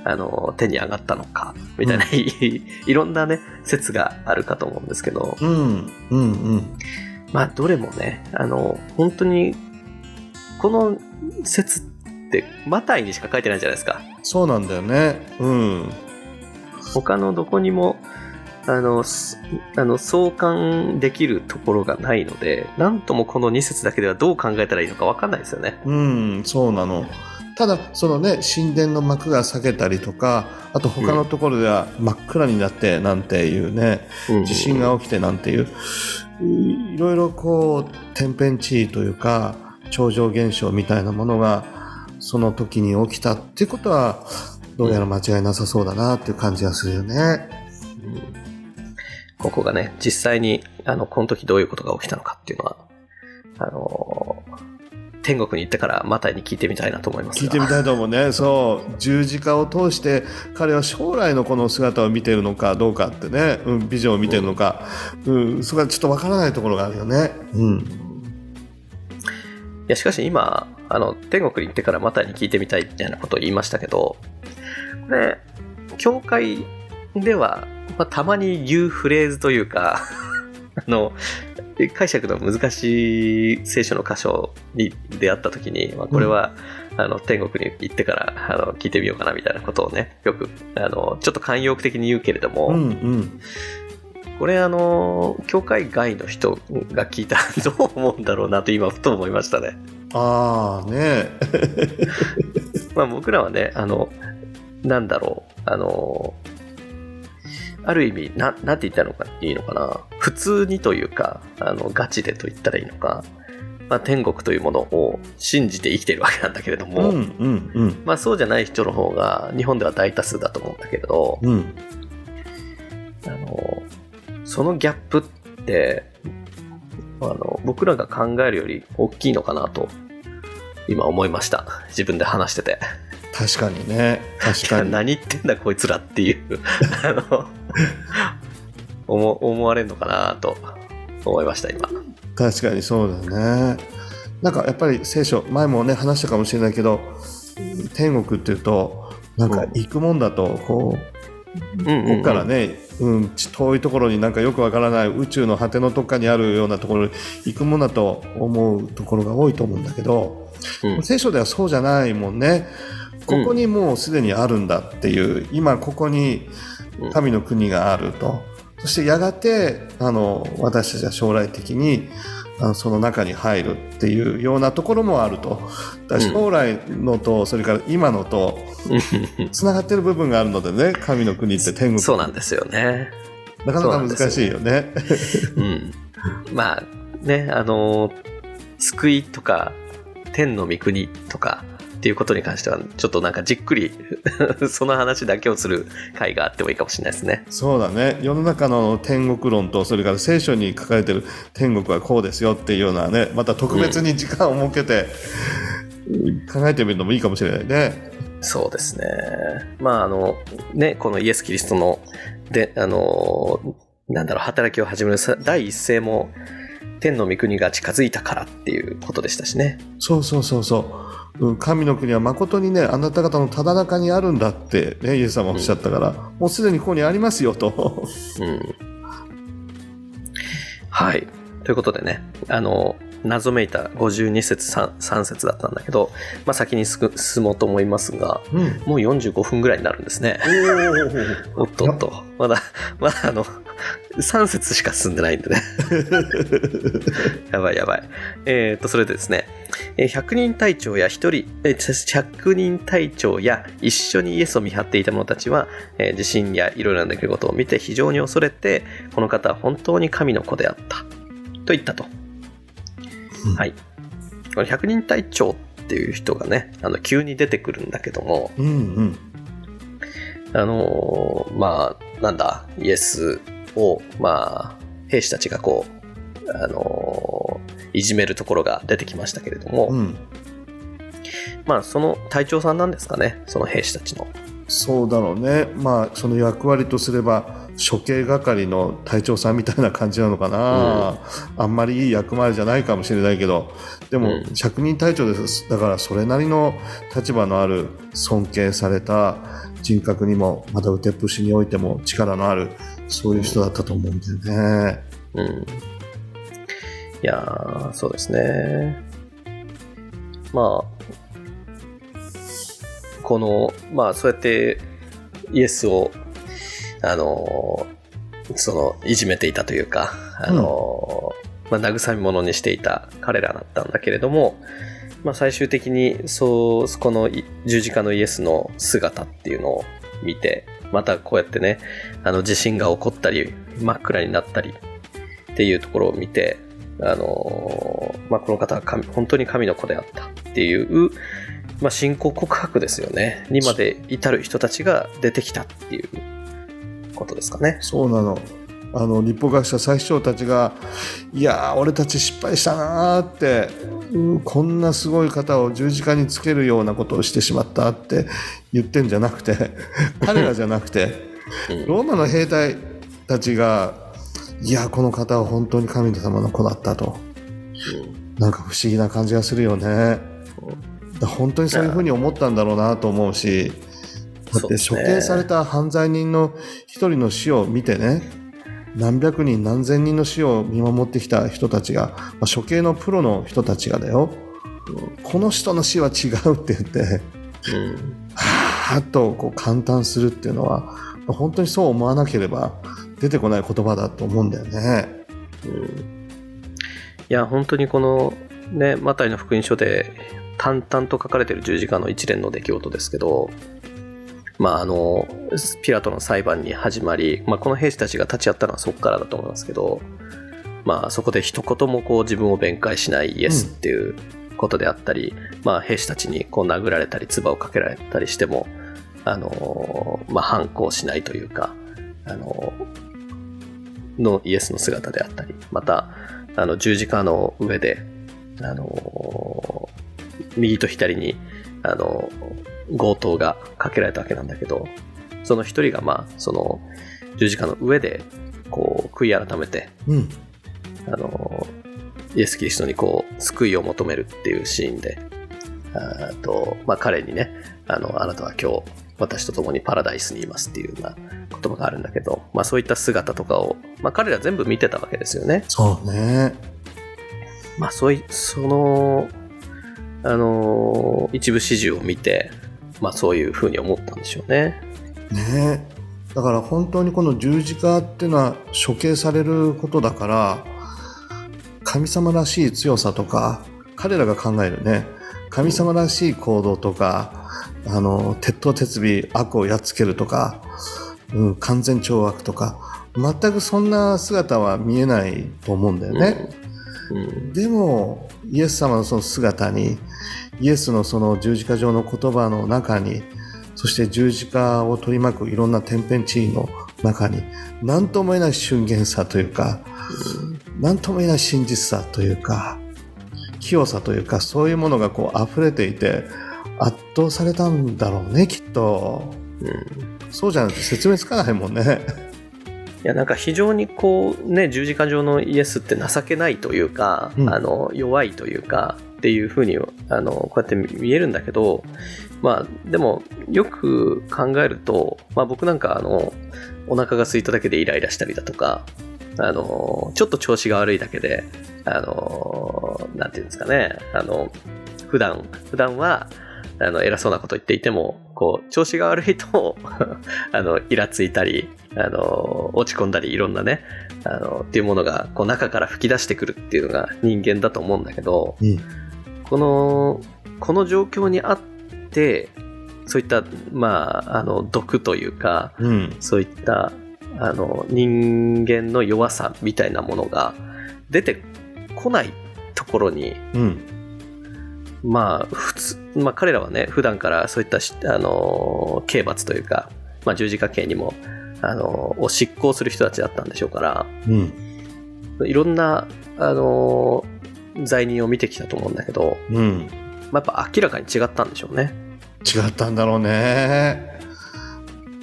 あの手に上がったのかみたいな、うん、いろんなね説があるかと思うんですけど、 うんうんうん、 まあどれもねあの本当にこの説ってマタイにしか書いてないじゃないですか。 そうなんだよね。うん。 他のどこにもあのあの相関できるところがないので、なんともこのに節だけではどう考えたらいいのか分かんないですよね。 うん、そうなの。ただそのね神殿の幕が裂けたりとか、あと他のところでは真っ暗になってなんていうね、うん、地震が起きてなんていう、いろいろこう天変地異というか超常現象みたいなものがその時に起きたっていうことはどうやら間違いなさそうだなっていう感じがするよね。 うん、ここがね実際にあのこの時どういうことが起きたのかっていうのはあの天国に行ってからマタイに聞いてみたいなと思いますが。 聞いてみたいと思うね。そう十字架を通して彼は将来のこの姿を見ているのかどうかってね、うん、ビジョンを見ているのか、うんうん、そこはちょっとわからないところがあるよね。うん、いやしかし今あの天国に行ってからマタイに聞いてみたいみたいなことを言いましたけど、これ教会では、まあ、たまに言うフレーズというかあの解釈の難しい聖書の箇所に出会った時に、まあ、これは、うん、あの天国に行ってからあの聞いてみようかなみたいなことをねよくあのちょっと慣用句的に言うけれども、 うんうん、 これあの教会外の人が聞いたらどう思うんだろうなと今ふと思いましたね。 ああねまあ僕らはねあのなんだろうあのある意味 な, なんて言ったのかいいのかな、普通にというかあのガチでと言ったらいいのか、まあ、天国というものを信じて生きているわけなんだけれども、 うんうんうん、 まあ、そうじゃない人の方が日本では大多数だと思うんだけれど、 うん、 あのそのギャップってあの僕らが考えるより大きいのかなと今思いました。自分で話してて。 確かにね。確かに。 何言ってんだこいつらっていうあの思, 思われるのかなと思いました今。 確かにそうだね。なんかやっぱり聖書前もね話したかもしれないけど、天国っていうとなんか行くもんだとこう、うん、ここからね、うん、遠いところになんかよくわからない宇宙の果てのどっかにあるようなところに行くものだと思うところが多いと思うんだけど、うん、聖書ではそうじゃないもんね。ここにもうすでにあるんだっていう、うん、今ここに神の国があると、そしてやがてあの私たちは将来的にあのその中に入るっていうようなところもあると。だから将来のとそれから今のとつながってる部分があるのでね、神の国って天国。 そうなんですよね。 なかなか難しいよね。 うん、まあね、あの救いとか天の御国とかっていうことに関してはちょっとなんかじっくりその話だけをする回があってもいいかもしれないですね。 そうだね。世の中の天国論とそれから聖書に書かれている天国はこうですよっていうようなね、また特別に時間を設けて考えてみるのもいいかもしれないね。 うん、そうですね。まああのね、このイエス・キリストのであのなんだろう働きを始める第一声も天の御国が近づいたからっていうことでしたしね。 そうそうそうそう。神の国は誠にねあなた方のただ中にあるんだって、ね、イエス様おっしゃったから、うん、もうすでにここにありますよと、 うん、はいということでねあの謎めいたごじゅうに節 3, さん節だったんだけど、まあ、先に進もうと思いますが、うん、もうよんじゅうごふんぐらいになるんですね。おおっとっとまだまだあのさん節しか進んでないんでねやばいやばい。えーとそれでですね、ひゃくにん隊長や一人ひゃくにん隊長や一緒にイエスを見張っていた者たちは、えー、地震やいろいろな出来事を見て非常に恐れて、この方は本当に神の子であったと言ったと、うん、はい。これひゃくにん隊長っていう人がねあの急に出てくるんだけども、 うんうん、 あのー、まあなんだイエスをまあ兵士たちがこうあのー、いじめるところが出てきましたけれども、うん、まあその隊長さんなんですかね、その兵士たちの。 そうだろうね。まあその役割とすれば処刑係の隊長さんみたいな感じなのかな、うん、あんまりいい役回りじゃないかもしれないけど、でも百人隊長です。だからそれなりの立場のある尊敬された人格にも、またウテップ氏においても力のある、そういう人だったと思うんだよね。 うん、いやー、そうですね。まあこのまあそうやってイエスをあのそのいじめていたというか、あの、うん、まあ、慰め者にしていた彼らだったんだけれども、まあ、最終的にそうこの十字架のイエスの姿っていうのを見て、またこうやってね、あの地震が起こったり真っ暗になったりっていうところを見て、あの、まあ、この方は神本当に神の子であったっていう、まあ、信仰告白ですよねにまで至る人たちが出てきたっていうことですかね。 そうなの。あの立法学者最首長たちが、いや俺たち失敗したなって、うん、こんなすごい方を十字架につけるようなことをしてしまったって言ってんじゃなくて彼らじゃなくてローマの兵隊たちが、いやこの方は本当に神様の子だったと、なんか不思議な感じがするよね。だ本当にそういうふうに思ったんだろうなと思うし、だって処刑された犯罪人の一人の死を見てね、何百人何千人の死を見守ってきた人たちが、まあ、処刑のプロの人たちがだよ、うん、この人の死は違うって言って、うん、はーっとこう感嘆するっていうのは、まあ、本当にそう思わなければ出てこない言葉だと思うんだよね。 うん、いや本当にこのね、マタイの福音書で淡々と書かれている十字架の一連の出来事ですけど、まあ、あのピラトの裁判に始まり、まあ、この兵士たちが立ち会ったのはそこからだと思いますけど、まあ、そこで一言もこう自分を弁解しないイエスっていうことであったり、うん、まあ、兵士たちにこう殴られたり唾をかけられたりしても、あの、まあ、反抗しないというか、あののイエスの姿であったり、またあの十字架の上であの右と左にあの強盗がかけられたわけなんだけど、その一人がまあその十字架の上でこう悔い改めて、うん、あのイエス・キリストにこう救いを求めるっていうシーンで、あと、まあ、彼にね、あのあなたは今日私と共にパラダイスにいますっていうような言葉があるんだけど、まあ、そういった姿とかを、まあ、彼ら全部見てたわけですよね。 そうね。 まあ、そういそのあの一部始終を見て、まあ、そういうふうに思ったんでしょうね。 ねえ。だから本当にこの十字架っていうのは処刑されることだから、神様らしい強さとか、彼らが考えるね、神様らしい行動とか、あの鉄頭鉄尾悪をやっつけるとか、うん、完全懲悪とか、全くそんな姿は見えないと思うんだよね。うんうん、でもイエス様のその姿に、イエスのその十字架上の言葉の中に、そして十字架を取り巻くいろんな天変地異の中に、何とも言えない瞬間さというか、何とも言えない真実さというか、清さというか、そういうものがこう溢れていて圧倒されたんだろうね、きっと。うん、そうじゃなくて説明つかないもんね。 いや、なんか非常にこうね、十字架上のイエスって情けないというか、うん、あの弱いというかっていう風にあのこうやって見えるんだけど、まあでもよく考えると、まあ、僕なんかあのお腹が空いただけでイライラしたりだとか、あのちょっと調子が悪いだけで、あのなんていうんですかね、あの普段普段はあの偉そうなこと言っていても、こう調子が悪いとあのイラついたり、あの落ち込んだり、いろんなね、あのっていうものがこう中から吹き出してくるっていうのが人間だと思うんだけど、うん、このこの状況にあってそういった、まあ、あの毒というか、うん、そういったあの人間の弱さみたいなものが出てこないところに、うん、まあ普通、まあ、彼らはね普段からそういったあの刑罰というか、まあ、十字架刑にもあのを執行する人たちだったんでしょうから、うん、いろんなあの罪人を見てきたと思うんだけど、うん、まあ、やっぱ明らかに違ったんでしょうね。 違ったんだろうね。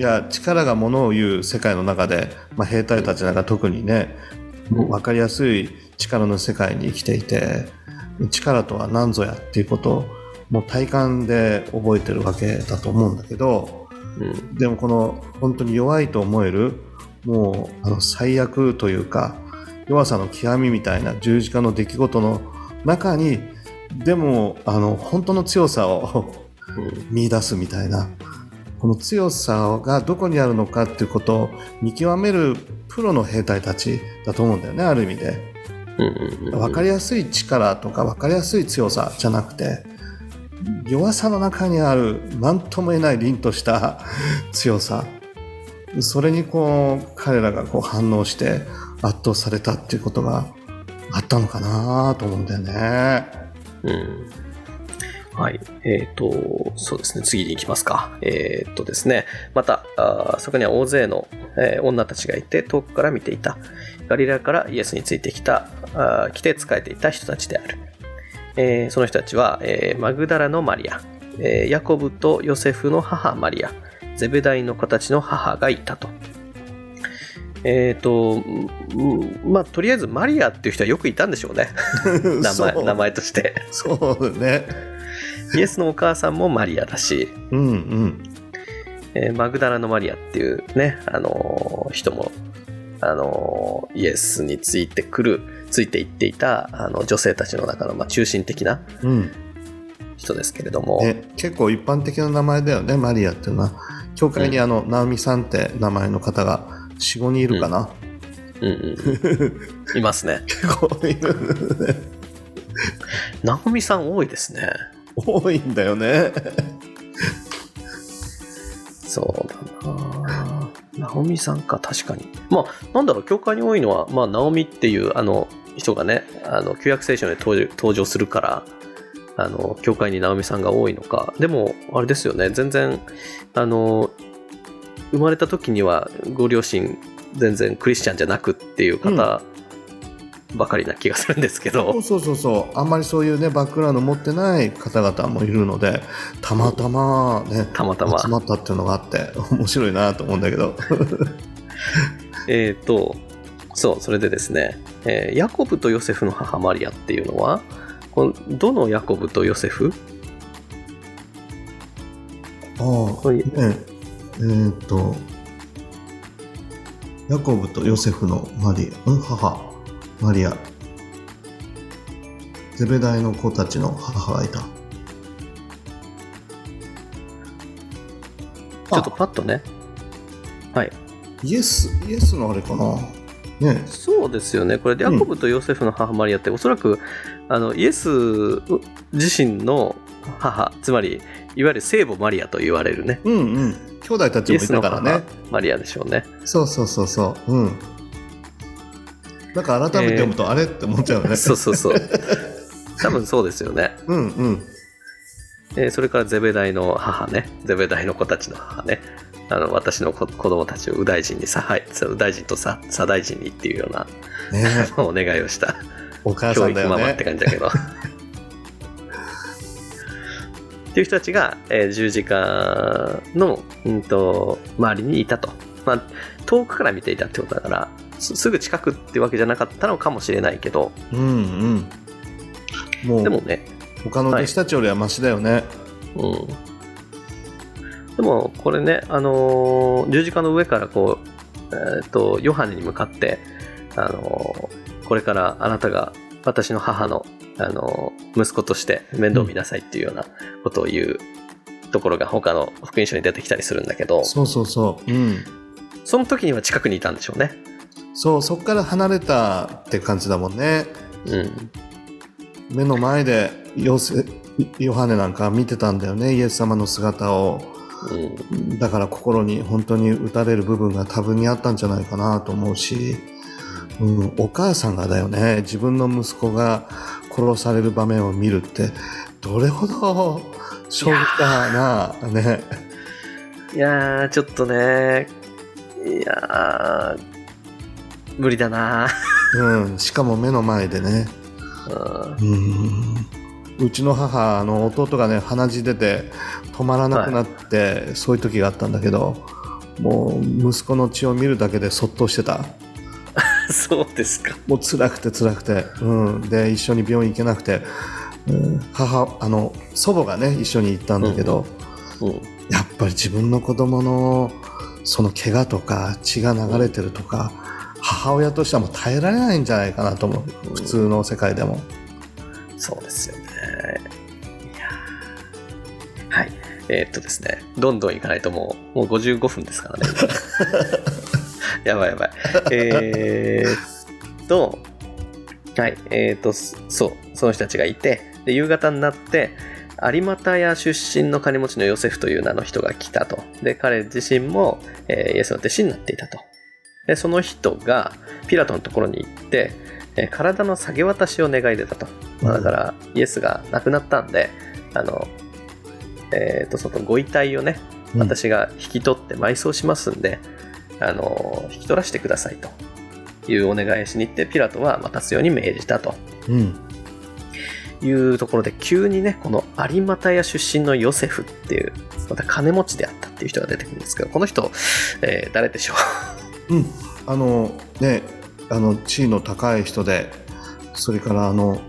いや力がものを言う世界の中で、まあ、兵隊たちなんか特にね、うん、分かりやすい力の世界に生きていて、力とは何ぞやっていうことをもう体感で覚えてるわけだと思うんだけど、うん、でもこの本当に弱いと思えるもうあの最悪というか弱さの極みみたいな十字架の出来事の中にでもあの本当の強さを見出すみたいな、この強さがどこにあるのかっていうことを見極めるプロの兵隊たちだと思うんだよね、ある意味で。分かりやすい力とか分かりやすい強さじゃなくて、弱さの中にある何とも言えない凛とした強さ、それにこう彼らがこう反応して圧倒されたっていうことがあったのかなと思うんだよね。 うん、はい、えーとそうですね、次に行きますか。えーとですね、またあそこには大勢の、えー、女たちがいて遠くから見ていた。ガリラからイエスについてきたあ来て仕えていた人たちである。えー、その人たちは、えー、マグダラのマリア、えー、ヤコブとヨセフの母マリア、ゼベダイの子たちの母がいたと。えーとまあ、とりあえずマリアっていう人はよくいたんでしょうね名前、名前として。 そうね。 イエスのお母さんもマリアだし、 うんうんえー、マグダラのマリアっていうね、あのー、人も、あのー、イエスについてくるついていっていたあの女性たちの中の、まあ、中心的な人ですけれども、 うんね、結構一般的な名前だよね、マリアっていうのは。教会にあの、うん、ナオミさんって名前の方が よん,ご 人いるかな、 うんうんうん、いますね。 結構いるね。 ナオミさん多いですね。 多いんだよね。 そうだな、ナオミさんか、確かに。まあなんだろう、教会に多いのは、まあ、ナオミっていうあの人がね、あの旧約聖書に登場、登場するから、あの教会にナオミさんが多いのか。でもあれですよね、全然あの生まれた時にはご両親全然クリスチャンじゃなくっていう方ばかりな気がするんですけど、 うん、そうそうそう、あんまりそういうねバックグラウンド持ってない方々もいるので、たまたまね、 たまたま集まったっていうのがあって面白いなと思うんだけどえっとそうそれでですね、えー、ヤコブとヨセフの母マリアっていうのは、このどのヤコブとヨセフ？ ああ、ね、えー、っとヤコブとヨセフのマリア、うん、母マリア、ゼベダイの子たちの母がいた。 ちょっとパッとね、はい、 イエスイエスのあれかな、ね、 そうですよね。これヤコブとヨセフの母マリアって、うん、おそらくあのイエス自身の母、つまりいわゆる聖母マリアと言われるね、 うんうん、兄弟たちもいたからね、 マリアでしょうね。 そうそうそうそう、うん、なんか改めて読むと、えー、あれって思っちゃうね。 そうそうそう、多分そうですよね。 うんうん、 えー、それからゼベダイの母ね、ゼベダイの子たちの母ね、あの私の子供たちを右大臣にさ、はい、右大臣とさ左大臣にっていうような、ね、お願いをしたお母さんだよね、 教育ママって感じだけどっていう人たちが、えー、十字架の、うんと、周りにいたと、まあ、遠くから見ていたってことだから、す, すぐ近くってわけじゃなかったのかもしれないけど、 うんうん、もうでもね、他の弟子たちよりはマシだよね、 はい、うん、でもこれね、あのー、十字架の上からこう、えー、とヨハネに向かって、あのー、これからあなたが私の母の、あのー、息子として面倒見なさいっていうようなことを言うところが他の福音書に出てきたりするんだけど、 そうそうそう、うん、 その時には近くにいたんでしょうね。 そう、そこから離れたって感じだもんね、うん、目の前でヨセヨハネなんか見てたんだよね、イエス様の姿を、うん、だから心に本当に打たれる部分が多分にあったんじゃないかなと思うし、うん、お母さんがだよね、自分の息子が殺される場面を見るってどれほど衝撃だなね。 いやーちょっとね、いやー無理だな、 うん、しかも目の前でね、うん、うちの母、あの弟がね鼻血出て止まらなくなって、はい、そういう時があったんだけど、 もう息子の血を見るだけでそっとしてた。 そうですか。 もう辛くて辛くて、うん、で一緒に病院行けなくて、うん、母あの祖母がね一緒に行ったんだけど、うんうん、やっぱり自分の子供のその怪我とか血が流れてるとか、うん、母親としてはもう耐えられないんじゃないかなと思う、うん、普通の世界でも。そうですよね。 いやはい、えー、っとですねどんどんいかないともうもうごじゅうごふんですからね。やばいやばい。えーっと、はい、えーっと、そう、その人たちがいて、で、夕方になって、有股屋出身の金持ちのヨセフという名の人が来たと。で、彼自身も、えー、イエスの弟子になっていたと。で、その人がピラトのところに行って、えー、体の下げ渡しを願い出たと。まあ、だから、イエスが亡くなったんで、あの、えーっと、そのご遺体をね、私が引き取って埋葬しますんで、あの引き取らせてくださいというお願いしに行って、ピラトは渡すように命じたと、うん、いうところで、急にねこの有股屋出身のヨセフっていうまた金持ちであったっていう人が出てくるんですけど、この人、えー、誰でしょう、うん、あのねあの地位の高い人で、それからあの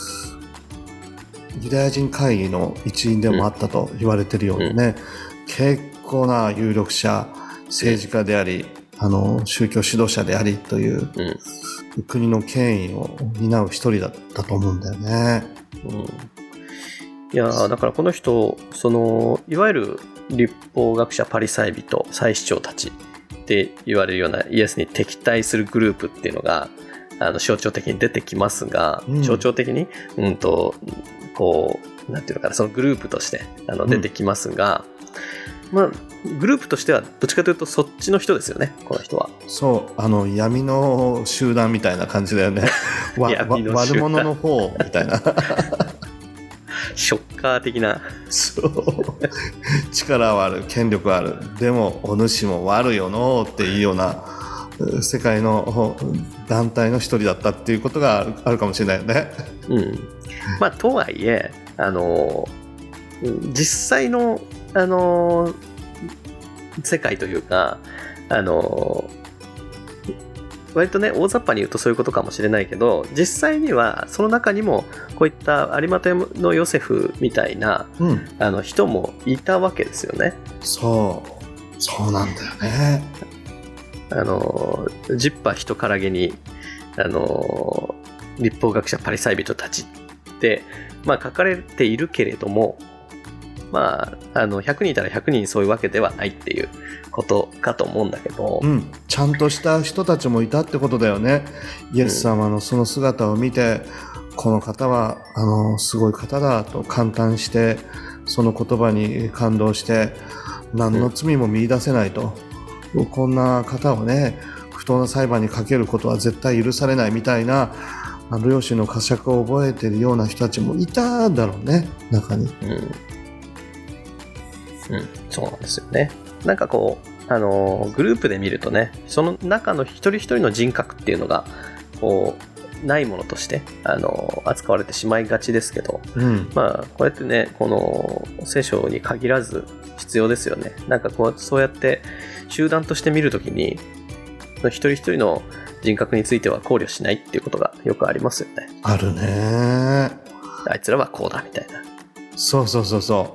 ユダヤ人会議の一員でもあったと言われているようにね、うん、結構な有力者、政治家であり、あの宗教指導者でありという、うん、国の権威を担う一人だったと思うんだよね。うん、いやだからこの人、そのいわゆる律法学者、パリサイ人、祭司長たちって言われるようなイエスに敵対するグループっていうのがあの象徴的に出てきますが、うん、象徴的に、うんとこうなんていうのかな、そのグループとしてあの出てきますが、うん、まあグループとしてはどっちかというとそっちの人ですよね、この人は。 そうあの闇の集団みたいな感じだよね。わ闇の悪者の方みたいな。 ショッカー的な。 そう力はある、権力はある、でもお主も悪よのっていうような世界の団体の一人だったっていうことがあるかもしれないよね。 うん、まあとはいえあの実際のあの世界というか、あの割とね大雑把に言うとそういうことかもしれないけど、実際にはその中にもこういった有股のヨセフみたいな、うん、あの人もいたわけですよね。 そうそうなんだよね。 あのジッパ人からげにあの律法学者パリサイ人たちって、まあ、書かれているけれども、まあ、あのひゃくにんいたらひゃくにんそういうわけではないっていうことかと思うんだけど、 うん、ちゃんとした人たちもいたってことだよね。イエス様のその姿を見て、うん、この方はあのすごい方だと感嘆して、その言葉に感動して何の罪も見出せないと、うん、こんな方をね不当な裁判にかけることは絶対許されないみたいな良心の呵責を覚えているような人たちもいたんだろうね、中に。うんうん、そうなんですよね。なんかこう、あのー、グループで見るとね、その中の一人一人の人格っていうのがこうないものとして、あのー、扱われてしまいがちですけど、うん、まあこれってね、この聖書に限らず必要ですよね。なんかこうそうやって集団として見るときに一人一人の人格については考慮しないっていうことがよくありますよね。 あるね。 あいつらはこうだみたいな。 そうそうそうそう。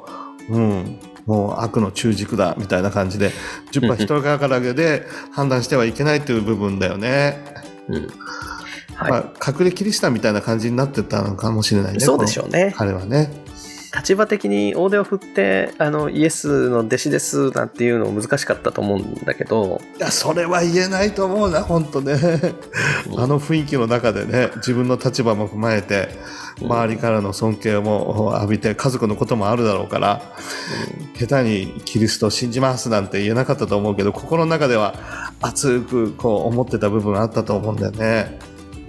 うん。もう悪の中軸だみたいな感じでじゅっパーセント人からげで判断してはいけないという部分だよね。うん、はい、まあ、隠れキリシタンみたいな感じになってたのかもしれないね。 そうでしょうね。 彼はね、 立場的に大手を振ってあのイエスの弟子ですなんていうの難しかったと思うんだけど、 いやそれは言えないと思うな本当ね。あの雰囲気の中でね、自分の立場も踏まえて周りからの尊敬も浴びて、家族のこともあるだろうから、うん、下手にキリストを信じますなんて言えなかったと思うけど、心の中では熱くこう思ってた部分あったと思うんだよね。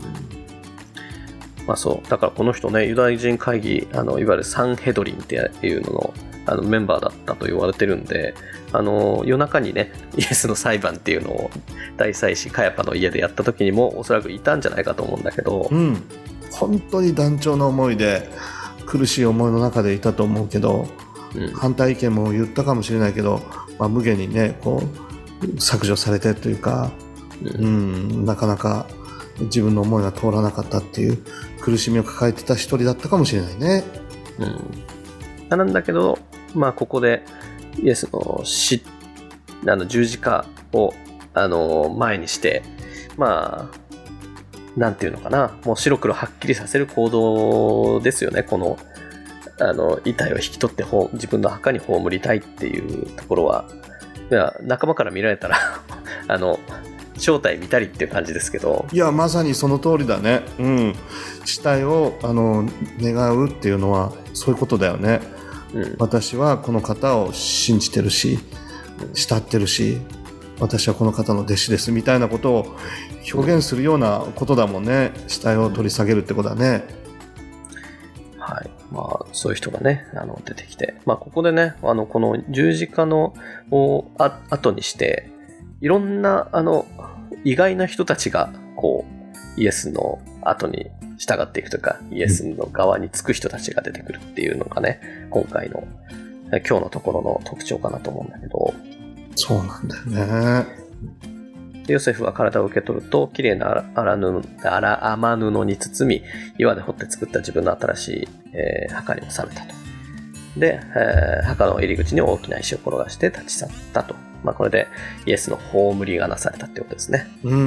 まあ、そうだからこの人ね、ユダヤ人会議、あのいわゆるサンヘドリンっていうのの、あのメンバーだったと言われてるんで、あの夜中にねイエスの裁判っていうのを大祭司カヤパの家でやった時にもおそらくいたんじゃないかと思うんだけど、うん、 本当に断腸の思いで苦しい思いの中でいたと思うけど、うん、反対意見も言ったかもしれないけど、まあ、無下にねこう削除されてというか、うん、なかなか自分の思いが通らなかったっていう苦しみを抱えてた一人だったかもしれないね。 うん、なんだけど、まあ、ここでイエスの死あの十字架をあの前にして、まあなんていうのかな、もう白黒はっきりさせる行動ですよね。このあの遺体を引き取って自分の墓に葬りたいっていうところは、いや仲間から見られたらあの正体見たりっていう感じですけど、 いやまさにその通りだね、うん、死体をあの願うっていうのはそういうことだよね、うん、私はこの方を信じてるし慕ってるし、私はこの方の弟子ですみたいなことを表現するようなことだもんね、死体を取り下げるってことだね。 はい、まあ、そういう人がねあの出てきて、まあ、ここでねあのこの十字架のをあ後にしていろんなあの意外な人たちがこうイエスの後に従っていくというか、イエスの側につく人たちが出てくるっていうのがね、今回の今日のところの特徴かなと思うんだけど。 そうなんだよね。 ヨセフは体を受け取ると、綺麗な荒布、荒雨布に包み、岩で掘って作った自分の新しい、えー、墓に収めたと。で、えー、墓の入り口に大きな石を転がして立ち去ったと。まあ、これでイエスの葬りがなされたってことですね。 うんうん。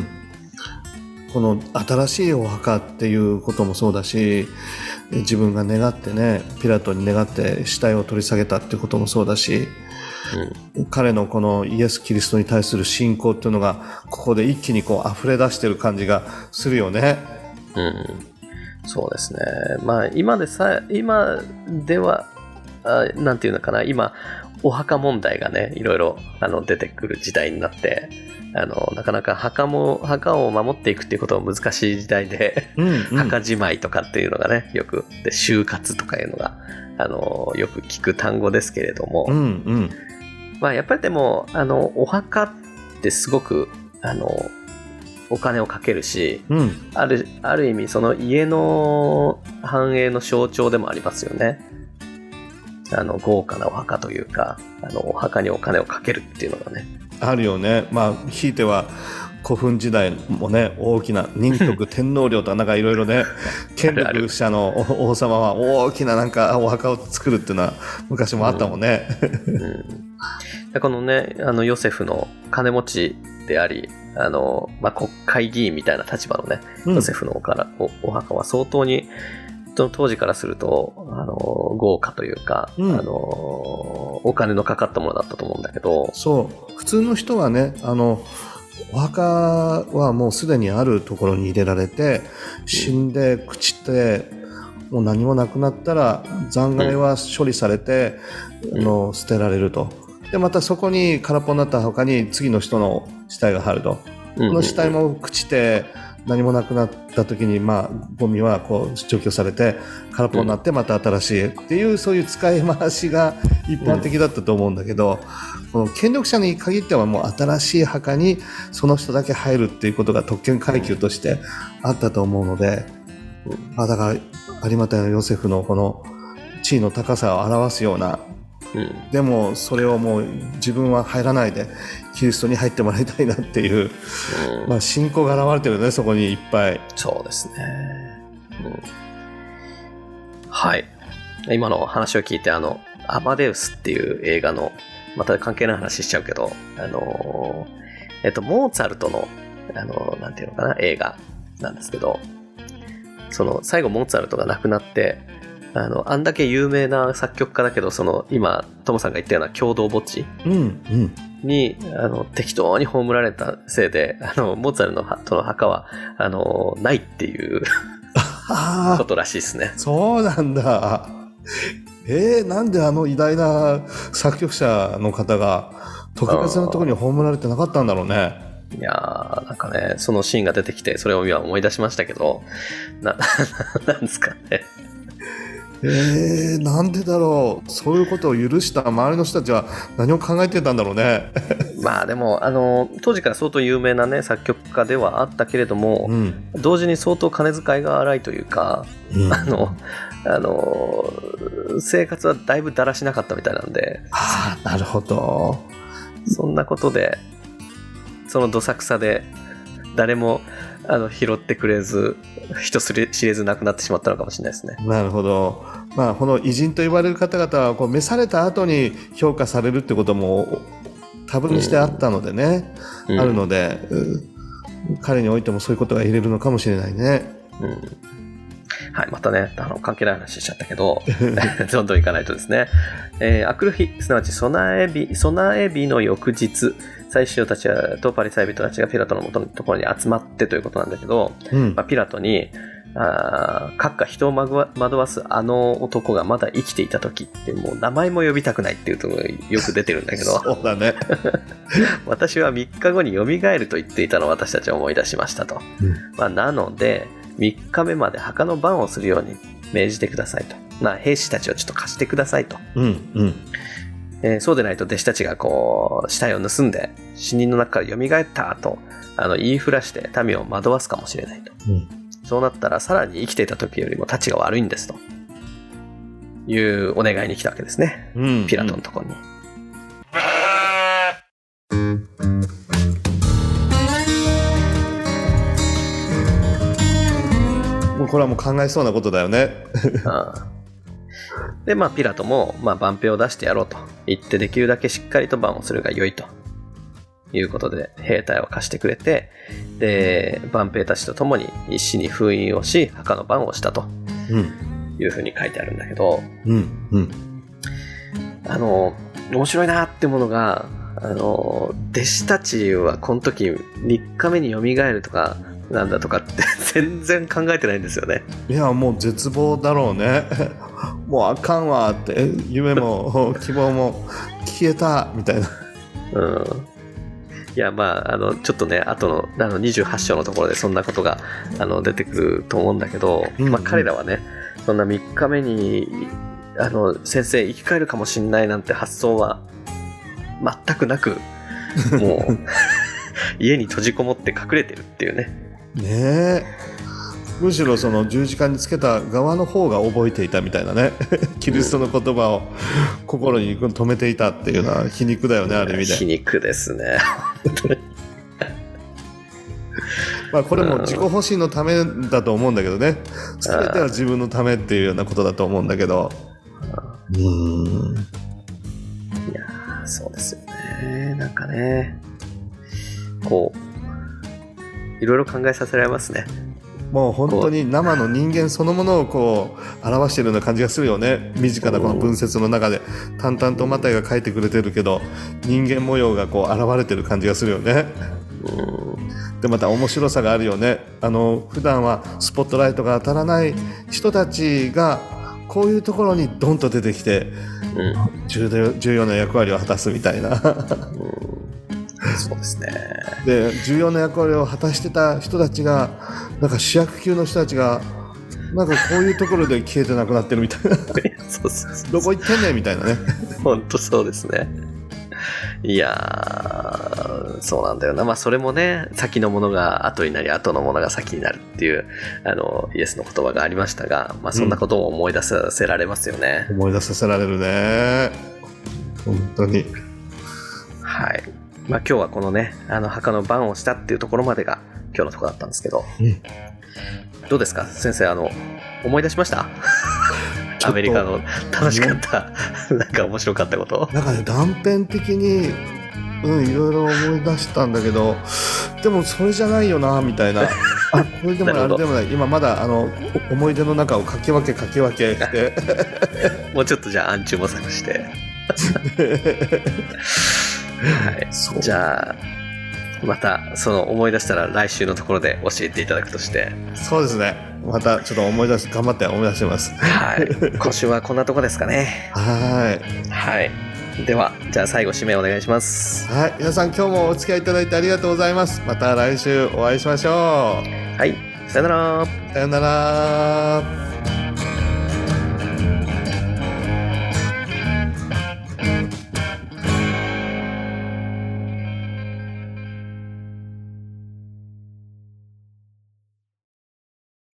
この新しいお墓っていうこともそうだし、自分が願ってね、ピラトに願って死体を取り下げたっていうこともそうだし、うん、彼のこのイエス・キリストに対する信仰っていうのがここで一気にこう溢れ出してる感じがするよね。 うん、そうですね。まあ今でさ今ではあなんていうのかな、今お墓問題がねいろいろあの出てくる時代になって、あのなかなか墓も墓を守っていくっていうことは難しい時代で、うんうん、墓じまいとかっていうのがねよくで終活とかいうのがあのよく聞く単語ですけれども、うんうん、まあやっぱりでもあのお墓ってすごくあのお金をかけるし、うん、あるある意味その家の繁栄の象徴でもありますよね。あの豪華なお墓というか、あのお墓にお金をかけるっていうのがねあるよね。まあひいては古墳時代もね、大きな仁徳天皇陵とかなんかいろいろね権力者の王様は大きななんかお墓を作るっていうのは昔もあったもんね、うんうん、このねあのヨセフの金持ちであり、あの、まあ、国会議員みたいな立場のね、うん、ヨセフの お, から お, お墓は相当に当時からするとあの豪華というか、うん、あのお金のかかったものだったと思うんだけど、 そう普通の人はね、あのお墓はもうすでにあるところに入れられて死んで朽ちて、もう何もなくなったら残骸は処理されて、うん、あの捨てられると。でまたそこに空っぽになった他に次の人の死体が入ると、うんうんうん、この死体も朽ちて何もなくなった時に、まあ、ゴミはこう除去されて空っぽになってまた新しいっていう、そういう使い回しが一般的だったと思うんだけど、うん、この権力者に限ってはもう新しい墓にその人だけ入るっていうことが特権階級としてあったと思うので、うんまあ、だから有馬のヨセフのこの地位の高さを表すような、うん、でもそれをもう自分は入らないでキリストに入ってもらいたいなっていう、うんまあ、信仰が現れてるね、そこにいっぱい。 そうですね、うん、はい。今の話を聞いて、あのアマデウスっていう映画のまた関係ない話しちゃうけど、あのえっとモーツァルトのあのなんていうのかな映画なんですけど、その最後モーツァルトが亡くなってあのあんだけ有名な作曲家だけど、その今トモさんが言ったような共同墓地に、うんうん、あの適当に葬られたせいで、あのモーツァルトの墓はあのないっていうことらしいですね。 そうなんだ。えー、なんであの偉大な作曲者の方が特別なところに葬られてなかったんだろうね。 いやーなんかね、そのシーンが出てきてそれを今思い出しましたけど、ななんですかね。 えー、なんでだろう。そういうことを許した周りの人たちは何を考えてたんだろうね。 まあでもあの当時から相当有名な、ね、作曲家ではあったけれども、うん、同時に相当金遣いが荒いというか、うん、あのあの生活はだいぶだらしなかったみたいなんで。 ああ、なるほど。 そんなことでそのどさくさで誰もあの拾ってくれず人知れず亡くなってしまったのかもしれないですね。 なるほど。まあこの偉人と言われる方々はこう召された後に評価されるってことも多分にしてあったのでね、うん、あるので、うん、彼においてもそういうことが言えるのかもしれないね。 うん、はい、またねあの関係ない話しちゃったけどどんどんいかないとですね、えー、あくる日すなわち備え日備え日の翌日祭司長たちとパリサイ人たちがピラトの元のところに集まってということなんだけど、うんまあ、ピラトにあ閣下人を惑わすあの男がまだ生きていた時ってもう名前も呼びたくないっていうところがよく出てるんだけどそうだね私はみっかごに蘇ると言っていたのを私たちは思い出しましたと、うんまあ、なのでみっかめまで墓の番をするように命じてくださいと、まあ、兵士たちをちょっと貸してくださいと、うんうんえー、そうでないと弟子たちがこう死体を盗んで死人の中から蘇ったとあの言いふらして民を惑わすかもしれないと、うん、そうなったらさらに生きていた時よりも太刀が悪いんですというお願いに来たわけですね、うん、ピラトのところに、 うん、もうこれはもう考えそうなことだよねああでまあピラトも、まあ、番兵を出してやろうと言ってできるだけしっかりと番をするが良いということで兵隊を貸してくれてで番兵たちと共に一死に封印をし墓の番をしたというふうに書いてあるんだけど、うんうん、あの面白いなってものがあの弟子たちはこの時みっかめに蘇るとかなんだとかって全然考えてないんですよね。 いやもう絶望だろうねもうあかんわって夢も希望も消えたみたいな、うん、 いやまああのちょっとね後のあのにじゅうはち章のところでそんなことがあの出てくると思うんだけど、うんうんまあ、彼らはねそんなみっかめにあの先生生き返るかもしんないなんて発想は全くなくもう家に閉じこもって隠れてるっていうねねえむしろその十字架につけた側の方が覚えていたみたいなねキリストの言葉を心に留めていたっていうのは皮肉だよね、ある意味で皮肉ですね本当にまあこれも自己保身のためだと思うんだけどね全ては自分のためっていうようなことだと思うんだけどうーんいやそうですよねなんかねこういろいろ考えさせられますね。 もう本当に生の人間そのものをこう表しているような感じがするよね。身近なこの文節の中で淡々とマタイが書いてくれてるけど人間模様がこう現れてる感じがするよね。うんでまた面白さがあるよね。あの普段はスポットライトが当たらない人たちがこういうところにドンと出てきて、うん、重, 重要な役割を果たすみたいなそうですね。 で重要な役割を果たしてた人たちがなんか主役級の人たちがなんかこういうところで消えてなくなってるみたいなそうそうそうどこ行ってんねんみたいなね本当そうですね。いやーそうなんだよな。まあそれもね先のものが後になり後のものが先になるっていうあのイエスの言葉がありましたが、まあ、そんなことを思い出させられますよね、 うん、思い出させられるね本当に。 はいまあ、今日はこのねあの墓の番をしたっていうところまでが今日のところだったんですけど、うん、どうですか先生あの思い出しましたアメリカの楽しかったなんか面白かったことなんかね断片的にうんいろいろ思い出したんだけどでもそれじゃないよなみたいなあこれでもないあれでもない今まだあの思い出の中をかき分けかき分けしてもうちょっとじゃあ暗中模索してはい、じゃあまたその思い出したら来週のところで教えていただくとして。 そうですねまたちょっと思い出し頑張って思い出してます。 はい今週はこんなとこですかねはいはいではじゃあ最後締めお願いします。 はい皆さん今日もお付き合いいただいてありがとうございます。また来週お会いしましょう。 はいさよならさよなら。